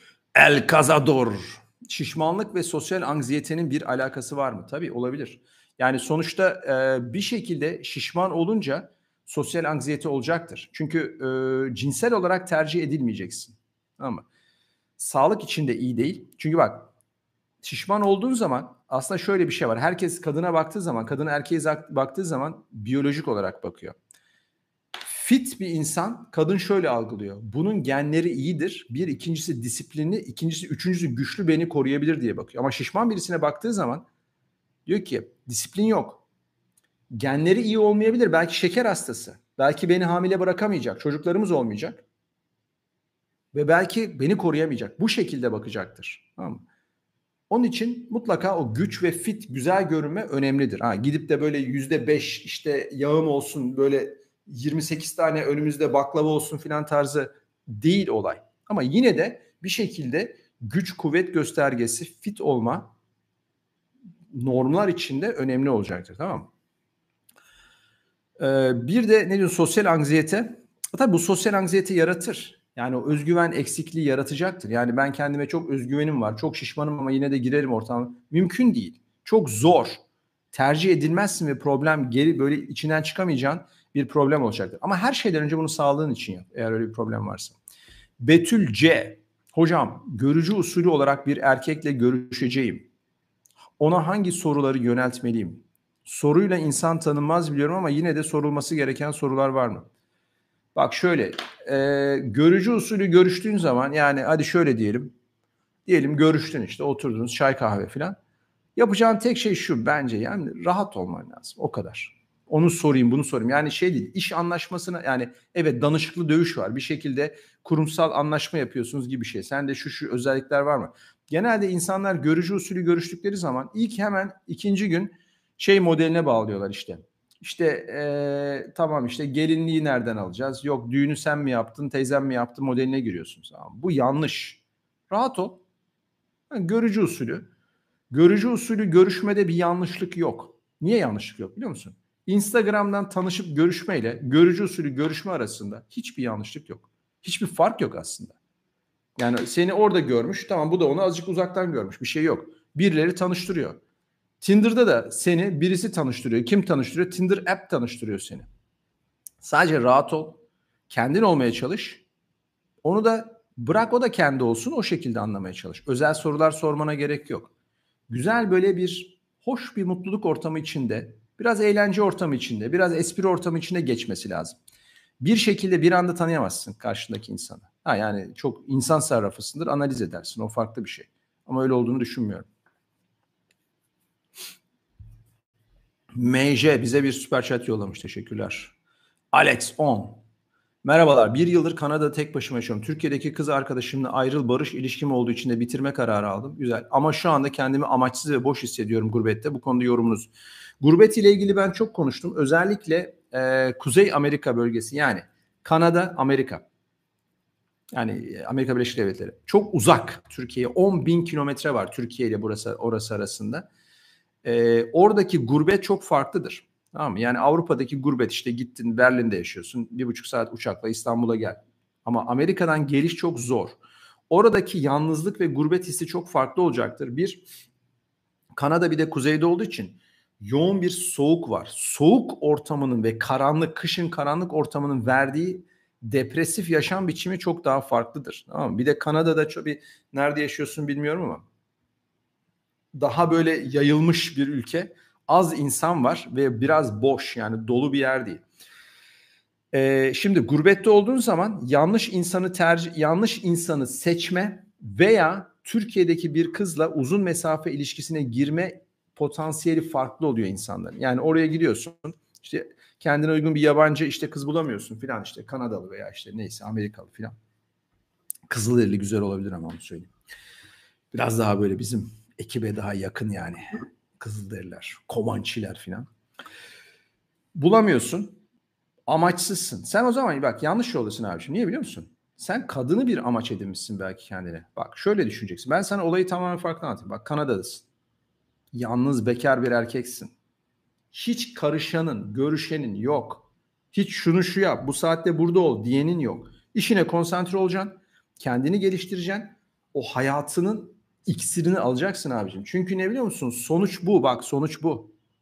El Cazador. Şişmanlık ve sosyal anksiyetenin bir alakası var mı? Tabii olabilir. Yani sonuçta bir şekilde şişman olunca sosyal anksiyete olacaktır. Çünkü cinsel olarak tercih edilmeyeceksin. Ama sağlık için de iyi değil. Çünkü bak, şişman olduğun zaman aslında şöyle bir şey var. Herkes kadına baktığı zaman, kadın erkeğe baktığı zaman biyolojik olarak bakıyor. Fit bir insan, kadın şöyle algılıyor. Bunun genleri iyidir. Bir, ikincisi disiplinli, ikincisi, üçüncüsü güçlü, beni koruyabilir diye bakıyor. Ama şişman birisine baktığı zaman diyor ki disiplin yok. Genleri iyi olmayabilir. Belki şeker hastası. Belki beni hamile bırakamayacak. Çocuklarımız olmayacak. Ve belki beni koruyamayacak. Bu şekilde bakacaktır. Tamam mı? Onun için mutlaka o güç ve fit, güzel görünme önemlidir. Gidip de böyle %5 işte yağım olsun, böyle 28 tane önümüzde baklava olsun filan tarzı değil olay. Ama yine de bir şekilde güç, kuvvet göstergesi, fit olma normlar içinde önemli olacaktır. Tamam mı? Bir de ne diyor, sosyal anksiyete. Tabii bu sosyal anksiyete yaratır. Yani o özgüven eksikliği yaratacaktır. Yani ben kendime çok özgüvenim var, çok şişmanım ama yine de girerim ortama. Mümkün değil. Çok zor. Tercih edilmezsin ve problem geri böyle içinden çıkamayacağın bir problem olacaktır. Ama her şeyden önce bunu sağlığın için yap, eğer öyle bir problem varsa. Betül C. Hocam, görücü usulü olarak bir erkekle görüşeceğim. Ona hangi soruları yöneltmeliyim? Soruyla insan tanınmaz biliyorum ama yine de sorulması gereken sorular var mı? Bak şöyle, görücü usulü görüştüğün zaman, yani hadi şöyle diyelim. Diyelim görüştün, işte oturdunuz, çay kahve falan. Yapacağın tek şey şu bence, yani rahat olman lazım, o kadar. Onu sorayım, bunu sorayım. Yani şey değil, iş anlaşmasına, yani evet, danışıklı dövüş var. Bir şekilde kurumsal anlaşma yapıyorsunuz gibi bir şey. Sende şu özellikler var mı? Genelde insanlar görücü usulü görüştükleri zaman ilk hemen ikinci gün şey modeline bağlıyorlar işte. İşte tamam, işte gelinliği nereden alacağız? Yok, düğünü sen mi yaptın, teyzem mi yaptı modeline giriyorsunuz. Bu yanlış. Rahat ol. Yani görücü usulü. Görücü usulü görüşmede bir yanlışlık yok. Niye yanlışlık yok biliyor musun? Instagram'dan tanışıp görüşmeyle görücü usulü görüşme arasında hiçbir yanlışlık yok. Hiçbir fark yok aslında. Yani seni orada görmüş, tamam, bu da onu azıcık uzaktan görmüş. Bir şey yok. Birileri tanıştırıyor. Tinder'da da seni birisi tanıştırıyor. Kim tanıştırıyor? Tinder app tanıştırıyor seni. Sadece rahat ol. Kendin olmaya çalış. Onu da bırak, o da kendi olsun, o şekilde anlamaya çalış. Özel sorular sormana gerek yok. Güzel, böyle bir hoş bir mutluluk ortamı içinde, biraz eğlence ortamı içinde, biraz espri ortamı içinde geçmesi lazım. Bir şekilde bir anda tanıyamazsın karşındaki insanı. Yani çok insan sarrafısındır, analiz edersin, o farklı bir şey. Ama öyle olduğunu düşünmüyorum. MJ bize bir süper chat yollamış, teşekkürler. Alex 10. Merhabalar. Bir yıldır Kanada'da tek başıma yaşıyorum. Türkiye'deki kız arkadaşımla ayrıl barış ilişkim olduğu için de bitirme kararı aldım. Güzel. Ama şu anda kendimi amaçsız ve boş hissediyorum gurbette. Bu konuda yorumunuz. Gurbet ile ilgili ben çok konuştum. Özellikle Kuzey Amerika bölgesi, yani Kanada, Amerika. Yani Amerika Birleşik Devletleri. Çok uzak Türkiye'ye. 10.000 kilometre var Türkiye ile orası arasında. Oradaki gurbet çok farklıdır. Tamam mı? Yani Avrupa'daki gurbet, işte gittin Berlin'de yaşıyorsun. 1,5 saat uçakla İstanbul'a gel. Ama Amerika'dan geliş çok zor. Oradaki yalnızlık ve gurbet hissi çok farklı olacaktır. Bir, Kanada bir de kuzeyde olduğu için yoğun bir soğuk var. Soğuk ortamının ve karanlık, kışın karanlık ortamının verdiği depresif yaşam biçimi çok daha farklıdır. Tamam mı? Bir de Kanada'da çok nerede yaşıyorsun bilmiyorum ama daha böyle yayılmış bir ülke. Az insan var ve biraz boş, yani dolu bir yer değil. Şimdi gurbette olduğun zaman yanlış insanı seçme veya Türkiye'deki bir kızla uzun mesafe ilişkisine girme potansiyeli farklı oluyor insanların. Yani oraya gidiyorsun, işte kendine uygun bir yabancı işte kız bulamıyorsun filan, işte Kanadalı veya işte neyse Amerikalı filan. Kızılderili güzel olabilir ama onu söyleyeyim. Biraz daha böyle bizim ekibe daha yakın yani. Kızılderililer, Kovançiler filan. Bulamıyorsun. Amaçsızsın. Sen o zaman bak yanlış yoldasın abiciğim. Niye biliyor musun? Sen kadını bir amaç edinmişsin belki kendine. Bak şöyle düşüneceksin. Ben sana olayı tamamen farklı anlatayım. Bak Kanada'dasın. Yalnız bekar bir erkeksin. Hiç karışanın, görüşenin yok. Hiç şunu şu yap, bu saatte burada ol diyenin yok. İşine konsantre olacaksın. Kendini geliştireceksin. O hayatının iksirini alacaksın abicim. Çünkü ne biliyor musun? Sonuç bu. Bak sonuç bu.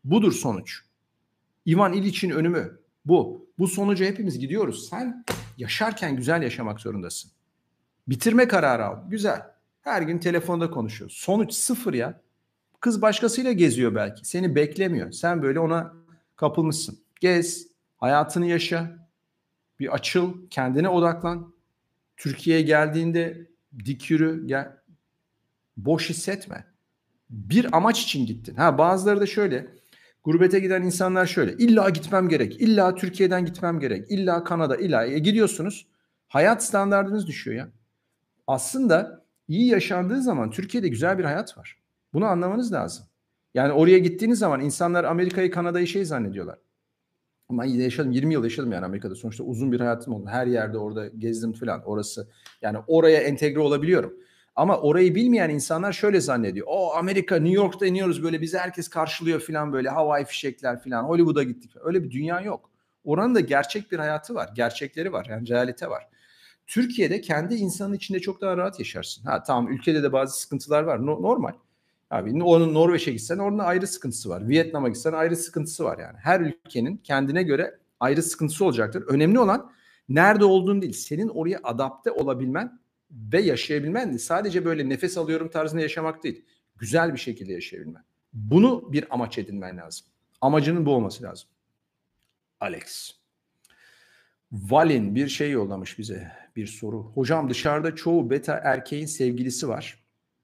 Budur sonuç. Ivan İliç'in önümü bu. Bu sonuca hepimiz gidiyoruz. Sen yaşarken güzel yaşamak zorundasın. Bitirme kararı al. Güzel. Her gün telefonda konuşuyor. Sonuç sıfır ya. Kız başkasıyla geziyor belki. Seni beklemiyor. Sen böyle ona kapılmışsın. Gez, hayatını yaşa. Bir açıl, kendine odaklan. Türkiye'ye geldiğinde dik yürü, gel. Boş hissetme. Bir amaç için gittin. Bazıları da şöyle. Gurbete giden insanlar şöyle. İlla gitmem gerek. İlla Türkiye'den gitmem gerek. İlla Kanada, illa. Gidiyorsunuz. Hayat standartınız düşüyor ya. Aslında iyi yaşandığı zaman Türkiye'de güzel bir hayat var. Bunu anlamanız lazım. Yani oraya gittiğiniz zaman insanlar Amerika'yı, Kanada'yı şey zannediyorlar. Ama yaşadım, 20 yıl yaşadım yani Amerika'da. Sonuçta uzun bir hayatım oldu. Her yerde orada gezdim falan. Orası, yani oraya entegre olabiliyorum. Ama orayı bilmeyen insanlar şöyle zannediyor. O Amerika, New York'ta iniyoruz böyle, bizi herkes karşılıyor falan, böyle havai fişekler falan. Hollywood'a gittik. Öyle bir dünya yok. Oranın da gerçek bir hayatı var. Gerçekleri var. Yani realite var. Türkiye'de kendi insanın içinde çok daha rahat yaşarsın. Tamam, ülkede de bazı sıkıntılar var. Normal. Abi onun Norveç'e gitsen orada ayrı sıkıntısı var. Vietnam'a gitsen ayrı sıkıntısı var yani. Her ülkenin kendine göre ayrı sıkıntısı olacaktır. Önemli olan nerede olduğun değil, senin oraya adapte olabilmen ve yaşayabilmen değil. Sadece böyle nefes alıyorum tarzında yaşamak değil. Güzel bir şekilde yaşayabilmen. Bunu bir amaç edinmen lazım. Amacının bu olması lazım. Alex. Valin bir şey yollamış bize, bir soru. Hocam, dışarıda çoğu beta erkeğin sevgilisi var.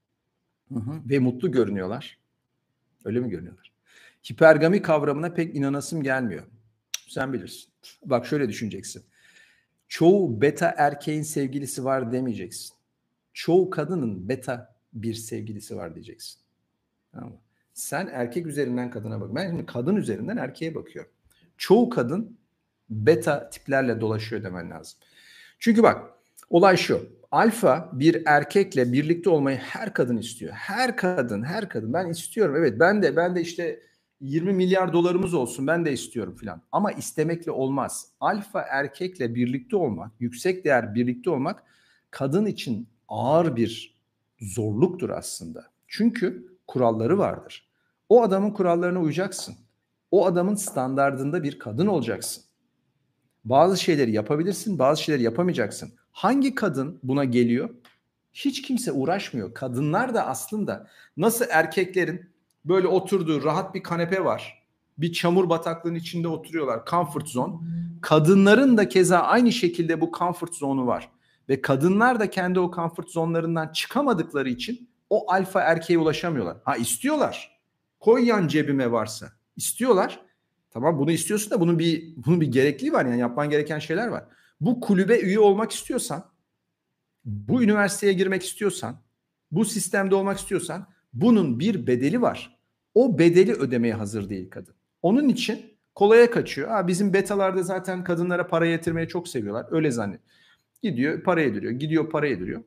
Ve mutlu görünüyorlar. Öyle mi görünüyorlar? Hipergami kavramına pek inanasım gelmiyor. Sen bilirsin. Bak, şöyle düşüneceksin. Çoğu beta erkeğin sevgilisi var demeyeceksin. Çoğu kadının beta bir sevgilisi var diyeceksin. Tamam mı? Sen erkek üzerinden kadına bak. Ben şimdi kadın üzerinden erkeğe bakıyorum. Çoğu kadın beta tiplerle dolaşıyor demen lazım. Çünkü bak, olay şu. Alfa bir erkekle birlikte olmayı her kadın istiyor. Her kadın. Ben istiyorum. Evet, ben de işte 20 milyar dolarımız olsun, ben de istiyorum filan. Ama istemekle olmaz. Alfa erkekle birlikte olmak, yüksek değer birlikte olmak kadın için ağır bir zorluktur aslında. Çünkü kuralları vardır. O adamın kurallarına uyacaksın. O adamın standardında bir kadın olacaksın. Bazı şeyleri yapabilirsin, bazı şeyleri yapamayacaksın. Hangi kadın buna geliyor? Hiç kimse uğraşmıyor. Kadınlar da aslında nasıl erkeklerin böyle oturduğu rahat bir kanepe var. Bir çamur bataklığının içinde oturuyorlar. Comfort zone. Kadınların da keza aynı şekilde bu comfort zone'u var. Ve kadınlar da kendi o comfort zone'larından çıkamadıkları için o alfa erkeğe ulaşamıyorlar. İstiyorlar. Koy yan cebime varsa. İstiyorlar. Tamam, bunu istiyorsun da bunun bir gerekliliği var, yani yapman gereken şeyler var. Bu kulübe üye olmak istiyorsan, bu üniversiteye girmek istiyorsan, bu sistemde olmak istiyorsan bunun bir bedeli var. O bedeli ödemeye hazır değil kadın. Onun için kolaya kaçıyor. Bizim betalarda zaten kadınlara para yetirmeyi çok seviyorlar. Öyle zannet. Gidiyor para yediriyor, gidiyor para yediriyor.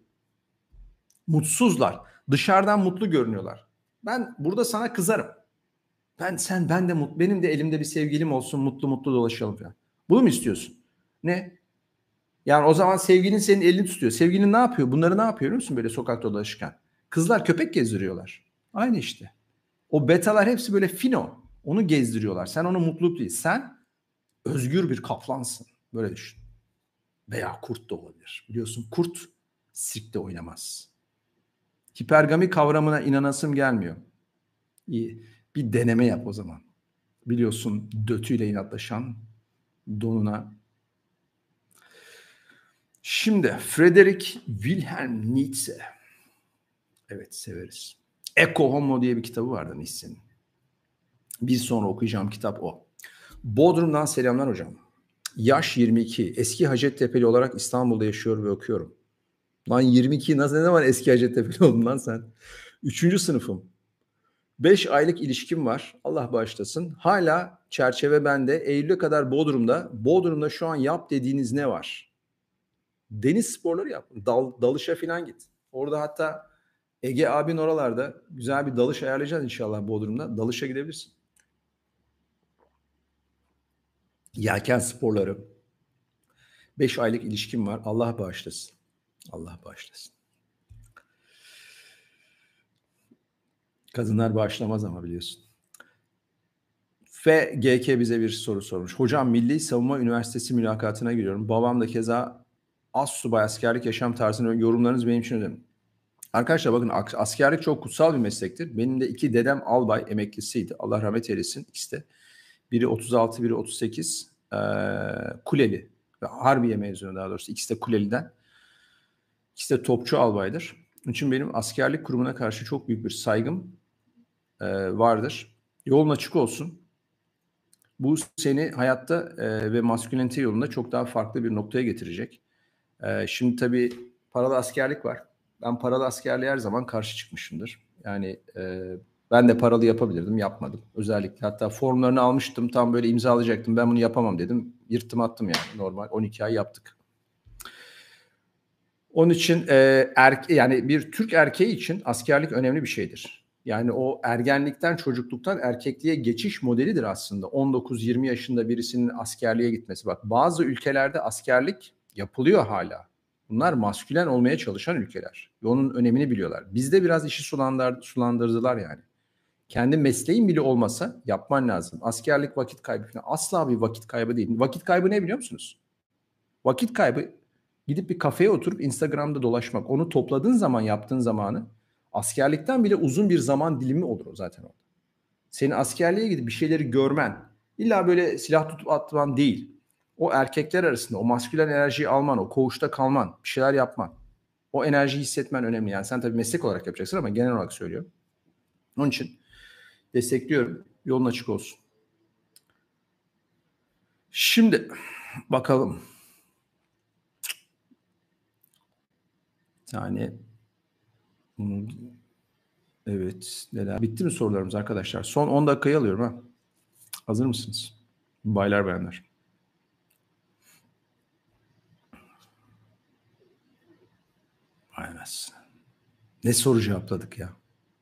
Mutsuzlar. Dışarıdan mutlu görünüyorlar. Ben burada sana kızarım. Ben de benim de elimde bir sevgilim olsun, mutlu mutlu dolaşalım falan. Bunu mu istiyorsun? Ne? Yani o zaman sevgilin senin elini tutuyor. Sevgilin ne yapıyor? Bunları ne yapıyor biliyor musun böyle sokakta dolaşırken? Kızlar köpek gezdiriyorlar. Aynı işte. O betalar hepsi böyle fino. Onu gezdiriyorlar. Sen onu mutluluk değil. Sen özgür bir kaplansın. Böyle düşün. Veya kurt da olabilir. Biliyorsun, kurt sirkte oynamaz. Hipergami kavramına inanasım gelmiyor. İyi. Bir deneme yap o zaman. Biliyorsun, dötüyle inatlaşan donuna. Şimdi Friedrich Wilhelm Nietzsche. Evet, severiz. Ecce Homo diye bir kitabı vardı Nietzsche'nin. Bir sonra okuyacağım kitap o. Bodrum'dan selamlar hocam. Yaş 22. Eski Hacettepe'li olarak İstanbul'da yaşıyor ve okuyorum. Lan 22 ne zaman eski Hacettepe'li oldun lan sen? 3. sınıfım. 5 aylık ilişkim var. Allah bağışlasın. Hala çerçeve bende. Eylül'e kadar Bodrum'da. Bodrum'da şu an yap dediğiniz ne var? Deniz sporları yap. Dalışa falan git. Orada hatta Ege abin oralarda güzel bir dalış ayarlayacağız inşallah Bodrum'da. Dalışa gidebilirsin. Yelken sporları. 5 aylık ilişkim var. Allah bağışlasın. Allah bağışlasın. Kadınlar bağışlamaz ama biliyorsun. Ve GK bize bir soru sormuş. Hocam Milli Savunma Üniversitesi mülakatına giriyorum. Babam da keza astsubay askerlik yaşam tarzını yorumlarınız benim için önemli. Arkadaşlar bakın askerlik çok kutsal bir meslektir. Benim de 2 dedem albay emeklisiydi. Allah rahmet eylesin ikisi de. Biri 36, biri 38. Kuleli. Ve Harbiye mezunu daha doğrusu. İkisi de Kuleli'den. İkisi de topçu albaydır. Onun için benim askerlik kurumuna karşı çok büyük bir saygım vardır. Yolun açık olsun. Bu seni hayatta ve maskülenite yolunda çok daha farklı bir noktaya getirecek. Şimdi tabii paralı askerlik var. Ben paralı askerliğe her zaman karşı çıkmışımdır. Yani ben de paralı yapabilirdim, yapmadım. Özellikle hatta formlarını almıştım, tam böyle imzalayacaktım. Ben bunu yapamam dedim. Yırttım attım yani normal. 12 ay yaptık. Onun için yani bir Türk erkeği için askerlik önemli bir şeydir. Yani o ergenlikten, çocukluktan erkekliğe geçiş modelidir aslında. 19-20 yaşında birisinin askerliğe gitmesi. Bak bazı ülkelerde askerlik yapılıyor hala. Bunlar maskülen olmaya çalışan ülkeler. Ve onun önemini biliyorlar. Bizde biraz işi sulandırdılar yani. Kendi mesleğin bile olmasa yapman lazım. Askerlik vakit kaybı falan. Asla bir vakit kaybı değil. Vakit kaybı ne biliyor musunuz? Vakit kaybı gidip bir kafeye oturup Instagram'da dolaşmak. Onu topladığın zaman yaptığın zamanı askerlikten bile uzun bir zaman dilimi olur o zaten orada. Senin askerliğe gidip bir şeyleri görmen, illa böyle silah tutup atman değil. O erkekler arasında o maskülen enerjiyi alman, o koğuşta kalman, bir şeyler yapman. O enerjiyi hissetmen önemli. Yani sen tabii meslek olarak yapacaksın ama genel olarak söylüyorum. Onun için destekliyorum. Yolun açık olsun. Şimdi bakalım. Bir tane evet. Neler? Bitti mi sorularımız arkadaşlar? Son 10 dakikayı alıyorum ha. Hazır mısınız? Baylar bayanlar. Aynen. Ne soru cevapladık ya.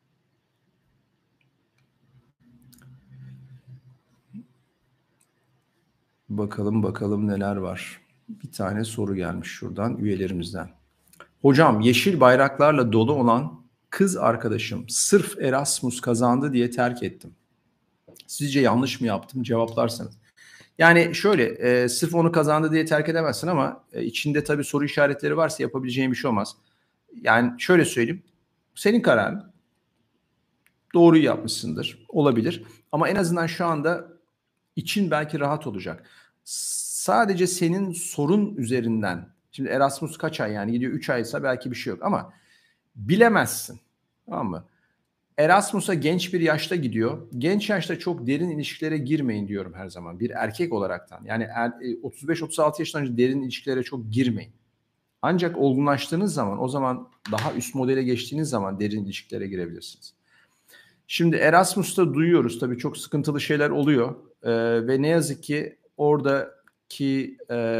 Bakalım neler var. Bir tane soru gelmiş şuradan üyelerimizden. Hocam yeşil bayraklarla dolu olan kız arkadaşım sırf Erasmus kazandı diye terk ettim. Sizce yanlış mı yaptım? Cevaplarsanız. Yani şöyle sırf onu kazandı diye terk edemezsin ama içinde tabii soru işaretleri varsa yapabileceğin bir şey olmaz. Yani şöyle söyleyeyim. Senin kararın. Doğruyu yapmışsındır. Olabilir. Ama en azından şu anda için belki rahat olacak. Sadece senin sorun üzerinden. Şimdi Erasmus kaç ay yani gidiyor 3 aysa belki bir şey yok ama bilemezsin. Tamam mı? Erasmus'a genç bir yaşta gidiyor. Genç yaşta çok derin ilişkilere girmeyin diyorum her zaman. Bir erkek olaraktan. Yani 35-36 yaşından önce derin ilişkilere çok girmeyin. Ancak olgunlaştığınız zaman, o zaman daha üst modele geçtiğiniz zaman derin ilişkilere girebilirsiniz. Şimdi Erasmus'ta duyuyoruz tabii çok sıkıntılı şeyler oluyor. Ve ne yazık ki oradaki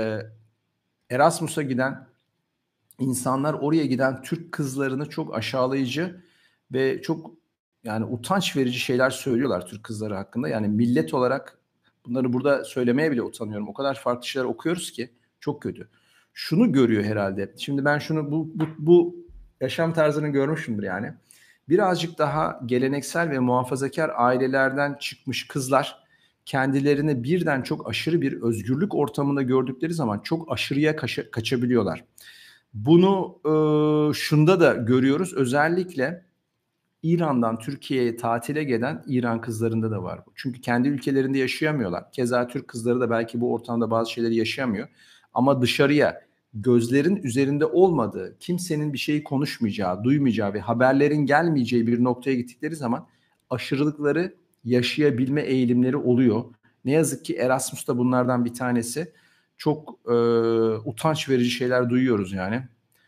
Erasmus'a giden insanlar oraya giden Türk kızlarını çok aşağılayıcı ve çok yani utanç verici şeyler söylüyorlar Türk kızları hakkında. Yani millet olarak bunları burada söylemeye bile utanıyorum. O kadar farklı şeyler okuyoruz ki çok kötü. Şunu görüyor herhalde. Şimdi ben şunu bu yaşam tarzını görmüşümdür yani. Birazcık daha geleneksel ve muhafazakar ailelerden çıkmış kızlar kendilerini birden çok aşırı bir özgürlük ortamında gördükleri zaman çok aşırıya kaçabiliyorlar. Bunu şunda da görüyoruz. Özellikle İran'dan Türkiye'ye tatile gelen İran kızlarında da var bu. Çünkü kendi ülkelerinde yaşayamıyorlar. Keza Türk kızları da belki bu ortamda bazı şeyleri yaşayamıyor. Ama dışarıya gözlerin üzerinde olmadığı, kimsenin bir şeyi konuşmayacağı, duymayacağı ve haberlerin gelmeyeceği bir noktaya gittikleri zaman aşırılıkları yaşayabilme eğilimleri oluyor. Ne yazık ki Erasmus da bunlardan bir tanesi. Çok utanç verici şeyler duyuyoruz yani.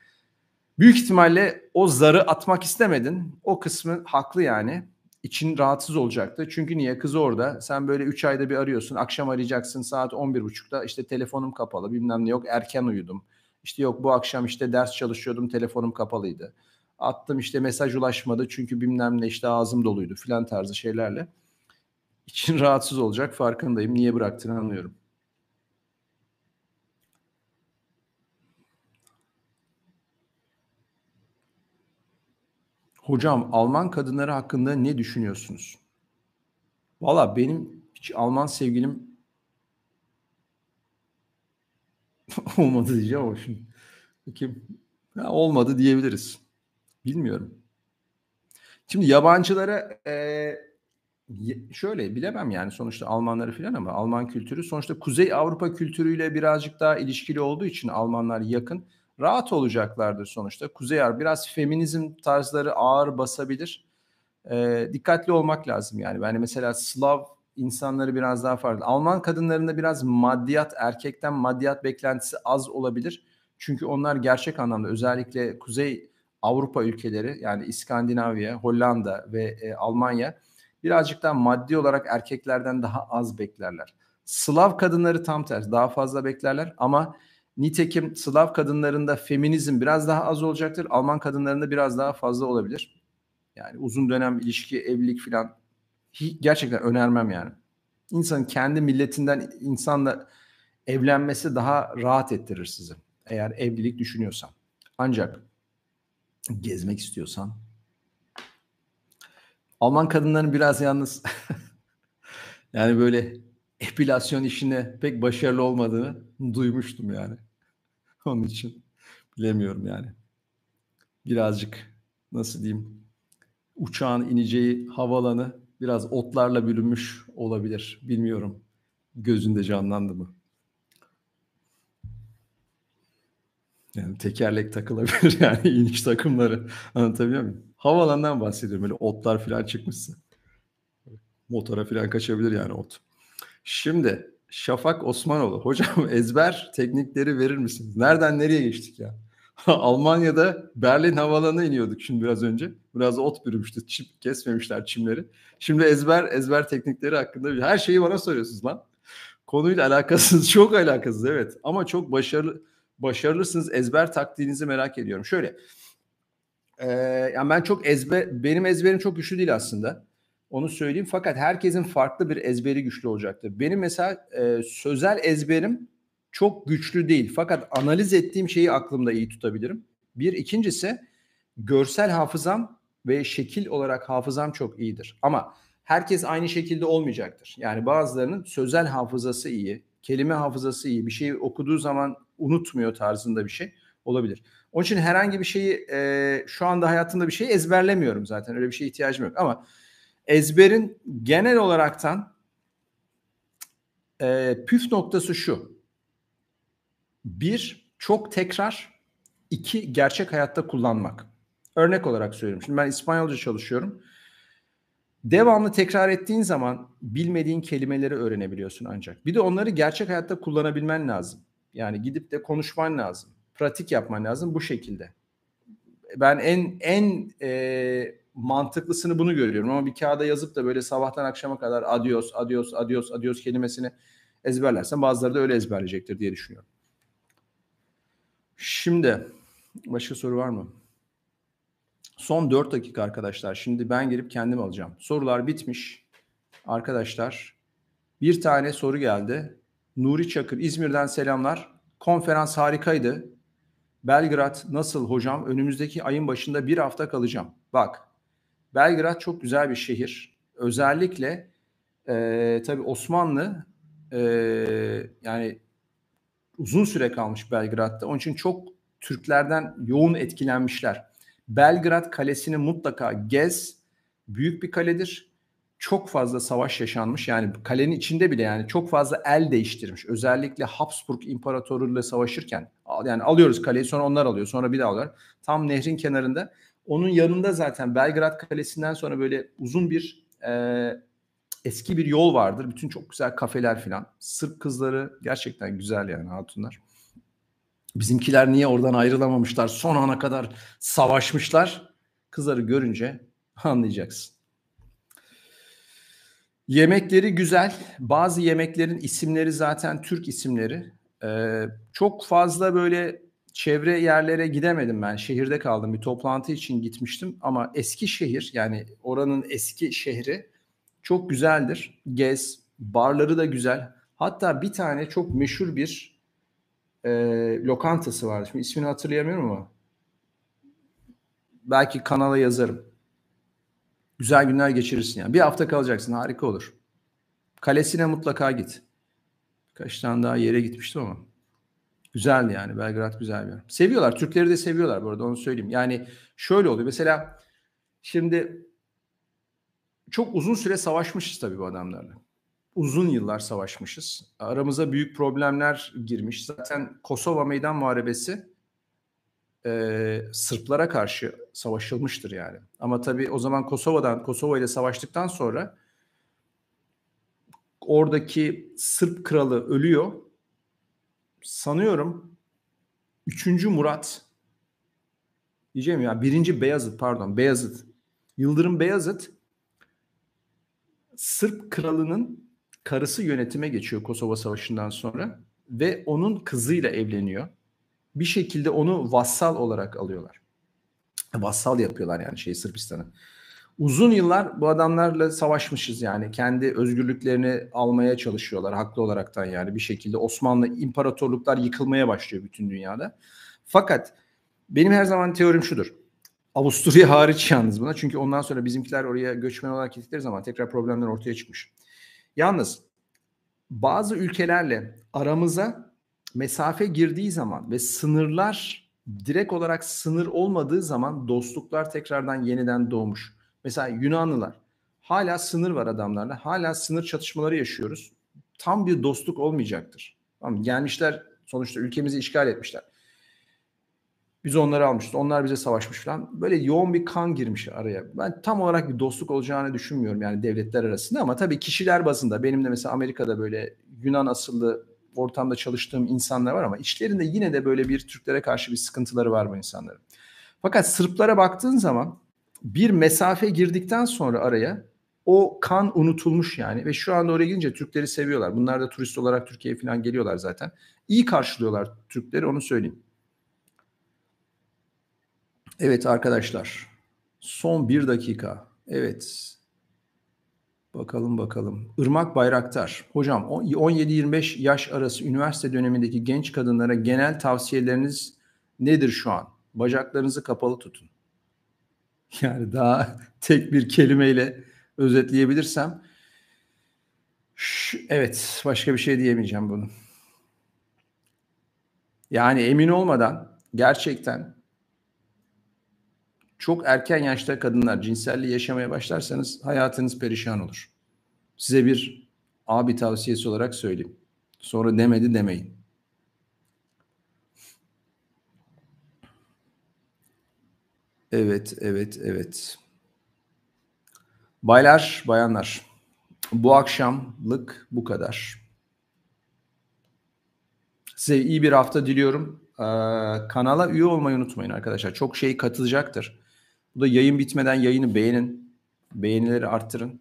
Büyük ihtimalle o zarı atmak istemedin. O kısmı haklı yani. İçin rahatsız olacaktı. Çünkü niye? Kız orada. Sen böyle 3 ayda bir arıyorsun. Akşam arayacaksın saat 11.30'da. İşte telefonum kapalı. Bilmem ne yok. Erken uyudum. İşte yok bu akşam işte ders çalışıyordum. Telefonum kapalıydı. Attım işte mesaj ulaşmadı. Çünkü bilmem ne işte ağzım doluydu filan tarzı şeylerle. İçin rahatsız olacak farkındayım. Niye bıraktığını anlıyorum. Hocam Alman kadınları hakkında ne düşünüyorsunuz? Valla benim Hiç Alman sevgilim olmadı diyeceğim ama şimdi bakayım. Ha, olmadı diyebiliriz. Bilmiyorum. Şimdi yabancılara şöyle bilemem yani sonuçta Almanları filan ama Alman kültürü sonuçta Kuzey Avrupa kültürüyle birazcık daha ilişkili olduğu için Almanlar yakın. Rahat olacaklardır sonuçta. Kuzey Avrupa biraz feminizm tarzları ağır basabilir. Dikkatli olmak lazım yani. Yani mesela Slav insanları biraz daha farklı. Alman kadınlarında biraz maddiyat, erkekten maddiyat beklentisi az olabilir. Çünkü onlar gerçek anlamda özellikle Kuzey Avrupa ülkeleri yani İskandinavya, Hollanda ve Almanya birazcık daha maddi olarak erkeklerden daha az beklerler. Slav kadınları tam tersi daha fazla beklerler ama nitekim Slav kadınlarında feminizm biraz daha az olacaktır. Alman kadınlarında biraz daha fazla olabilir. Yani uzun dönem ilişki, evlilik falan gerçekten önermem yani. İnsanın kendi milletinden insanla evlenmesi daha rahat ettirir sizi. Eğer evlilik düşünüyorsan. Ancak gezmek istiyorsan. Alman kadınların biraz yalnız yani böyle epilasyon işine pek başarılı olmadığını duymuştum yani. Onun için bilemiyorum yani. Birazcık nasıl diyeyim uçağın ineceği havaalanı biraz otlarla bürünmüş olabilir. Bilmiyorum. Gözünde canlandı mı? Yani tekerlek takılabilir yani iniş takımları. Anlatabiliyor muyum? Havaalanından bahsediyorum. Böyle otlar falan çıkmışsa. Motora falan kaçabilir yani ot. Şimdi Şafak Osmanoğlu. Hocam ezber teknikleri verir misiniz? Nereden nereye geçtik ya? Almanya'da Berlin Havaalanı'na iniyorduk şimdi biraz önce. Biraz ot bürümüştü. Çim, kesmemişler çimleri. Şimdi ezber teknikleri hakkında her şeyi bana soruyorsunuz lan. Konuyla alakasız, çok alakasız evet. Ama çok başarılısınız. Ezber taktiğinizi merak ediyorum. Şöyle, yani ben çok benim ezberim çok güçlü değil aslında. Onu söyleyeyim. Fakat herkesin farklı bir ezberi güçlü olacaktır. Benim mesela sözel ezberim çok güçlü değil. Fakat analiz ettiğim şeyi aklımda iyi tutabilirim. Bir, ikincisi görsel hafızam ve şekil olarak hafızam çok iyidir. Ama herkes aynı şekilde olmayacaktır. Yani bazılarının sözel hafızası iyi, kelime hafızası iyi, bir şeyi okuduğu zaman unutmuyor tarzında bir şey olabilir. Onun için herhangi bir şeyi şu anda hayatımda bir şey ezberlemiyorum zaten. Öyle bir şeye ihtiyacım yok. Ama ezberin genel olaraktan püf noktası şu. Bir, çok tekrar. İki, gerçek hayatta kullanmak. Örnek olarak söylüyorum. Şimdi ben İspanyolca çalışıyorum. Devamlı tekrar ettiğin zaman bilmediğin kelimeleri öğrenebiliyorsun ancak. Bir de onları gerçek hayatta kullanabilmen lazım. Yani gidip de konuşman lazım. Pratik yapman lazım bu şekilde. Ben mantıklısını bunu görüyorum ama bir kağıda yazıp da böyle sabahtan akşama kadar adios, adios, adios, adios kelimesini ezberlersen bazıları da öyle ezberleyecektir diye düşünüyorum. Şimdi başka soru var mı? Son 4 dakika arkadaşlar. Şimdi ben gelip kendim alacağım. Sorular bitmiş. Arkadaşlar bir tane soru geldi. Nuri Çakır İzmir'den selamlar. Konferans harikaydı. Belgrad nasıl hocam? Önümüzdeki ayın başında bir hafta kalacağım. Bak, Belgrad çok güzel bir şehir. Özellikle tabii Osmanlı yani uzun süre kalmış Belgrad'da. Onun için çok Türklerden yoğun etkilenmişler. Belgrad Kalesi'ni mutlaka gez. Büyük bir kaledir. Çok fazla savaş yaşanmış. Yani kalenin içinde bile yani çok fazla el değiştirmiş. Özellikle Habsburg İmparatorluğu'yla savaşırken yani alıyoruz kaleyi sonra onlar alıyor. Sonra bir daha alıyorlar. Tam nehrin kenarında. Onun yanında zaten Belgrad Kalesi'nden sonra böyle uzun bir eski bir yol vardır. Bütün çok güzel kafeler filan. Sırp kızları gerçekten güzel yani hatunlar. Bizimkiler niye oradan ayrılamamışlar? Son ana kadar savaşmışlar. Kızları görünce anlayacaksın. Yemekleri güzel. Bazı yemeklerin isimleri zaten Türk isimleri. Çok fazla böyle çevre yerlere gidemedim ben. Şehirde kaldım. Bir toplantı için gitmiştim. Ama Eskişehir yani oranın eski şehri çok güzeldir. Gez. Barları da güzel. Hatta bir tane çok meşhur bir lokantası vardı. Şimdi ismini hatırlayamıyorum ama belki kanala yazarım. Güzel günler geçirirsin yani. Bir hafta kalacaksın. Harika olur. Kalesine mutlaka git. Birkaç tane daha yere gitmiştim ama. Güzeldi yani. Belgrad güzel bir yer. Seviyorlar. Türkleri de seviyorlar bu arada, onu söyleyeyim. Yani şöyle oluyor. Mesela şimdi çok uzun süre savaşmışız tabii bu adamlarla. Uzun yıllar savaşmışız. Aramıza büyük problemler girmiş. Zaten Kosova Meydan Muharebesi Sırplara karşı savaşılmıştır yani. Ama tabii o zaman Kosova ile savaştıktan sonra oradaki Sırp kralı ölüyor. Sanıyorum 3. Murat diyeceğim ya, 1. Beyazıt, pardon, Beyazıt. Yıldırım Beyazıt Sırp kralının karısı yönetime geçiyor Kosova Savaşı'ndan sonra ve onun kızıyla evleniyor. Bir şekilde onu vassal olarak alıyorlar. Vassal yapıyorlar yani Sırbistan'ı. Uzun yıllar bu adamlarla savaşmışız yani. Kendi özgürlüklerini almaya çalışıyorlar haklı olaraktan yani bir şekilde. Osmanlı imparatorluklar yıkılmaya başlıyor bütün dünyada. Fakat benim her zaman teorim şudur. Avusturya hariç yalnız buna. Çünkü ondan sonra bizimkiler oraya göçmen olarak gittikleri zaman tekrar problemler ortaya çıkmış. Yalnız bazı ülkelerle aramıza mesafe girdiği zaman ve sınırlar direkt olarak sınır olmadığı zaman dostluklar tekrardan yeniden doğmuş. Mesela Yunanlılar, hala sınır var adamlarla. Hala sınır çatışmaları yaşıyoruz. Tam bir dostluk olmayacaktır. Tamam, gelmişler sonuçta, ülkemizi işgal etmişler. Biz onları almışız. Onlar bize savaşmış falan. Böyle yoğun bir kan girmiş araya. Ben tam olarak bir dostluk olacağını düşünmüyorum yani devletler arasında, ama tabii kişiler bazında. Benim de mesela Amerika'da böyle Yunan asıllı ortamda çalıştığım insanlar var ama içlerinde yine de böyle bir Türklere karşı bir sıkıntıları var bu insanların. Fakat Sırplara baktığın zaman bir mesafe girdikten sonra araya o kan unutulmuş yani, ve şu anda oraya gidince Türkleri seviyorlar. Bunlar da turist olarak Türkiye'ye falan geliyorlar zaten. İyi karşılıyorlar Türkleri, onu söyleyeyim. Evet arkadaşlar, son 1 dakika. Evet, bakalım. Irmak Bayraktar. Hocam 17-25 yaş arası üniversite dönemindeki genç kadınlara genel tavsiyeleriniz nedir şu an? Bacaklarınızı kapalı tutun. Yani daha tek bir kelimeyle özetleyebilirsem. Evet, başka bir şey diyemeyeceğim bunu. Yani emin olmadan gerçekten çok erken yaşta kadınlar cinselliği yaşamaya başlarsanız hayatınız perişan olur. Size bir abi tavsiyesi olarak söyleyeyim. Sonra demedi demeyin. Evet. Baylar, bayanlar. Bu akşamlık bu kadar. Size iyi bir hafta diliyorum. Kanala üye olmayı unutmayın arkadaşlar. Çok şey katılacaktır. Bu da yayın bitmeden yayını beğenin. Beğenileri arttırın.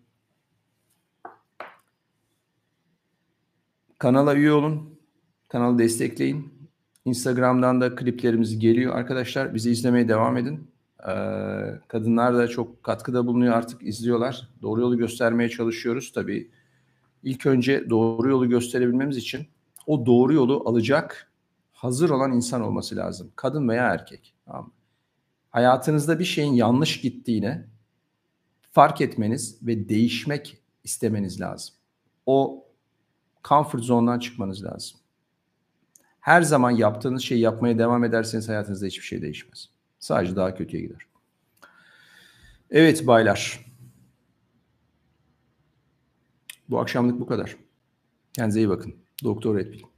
Kanala üye olun. Kanalı destekleyin. Instagram'dan da kliplerimiz geliyor arkadaşlar. Bizi izlemeye devam edin. Kadınlar da çok katkıda bulunuyor, artık izliyorlar. Doğru yolu göstermeye çalışıyoruz. Tabii ilk önce doğru yolu gösterebilmemiz için o doğru yolu alacak, hazır olan insan olması lazım. Kadın veya erkek. Tamam. Hayatınızda bir şeyin yanlış gittiğine fark etmeniz ve değişmek istemeniz lazım. O comfort zone'dan çıkmanız lazım. Her zaman yaptığınız şeyi yapmaya devam ederseniz hayatınızda hiçbir şey değişmez. Sadece daha kötüye gider. Evet baylar. Bu akşamlık bu kadar. Kendinize iyi bakın. Doktor Red Pill.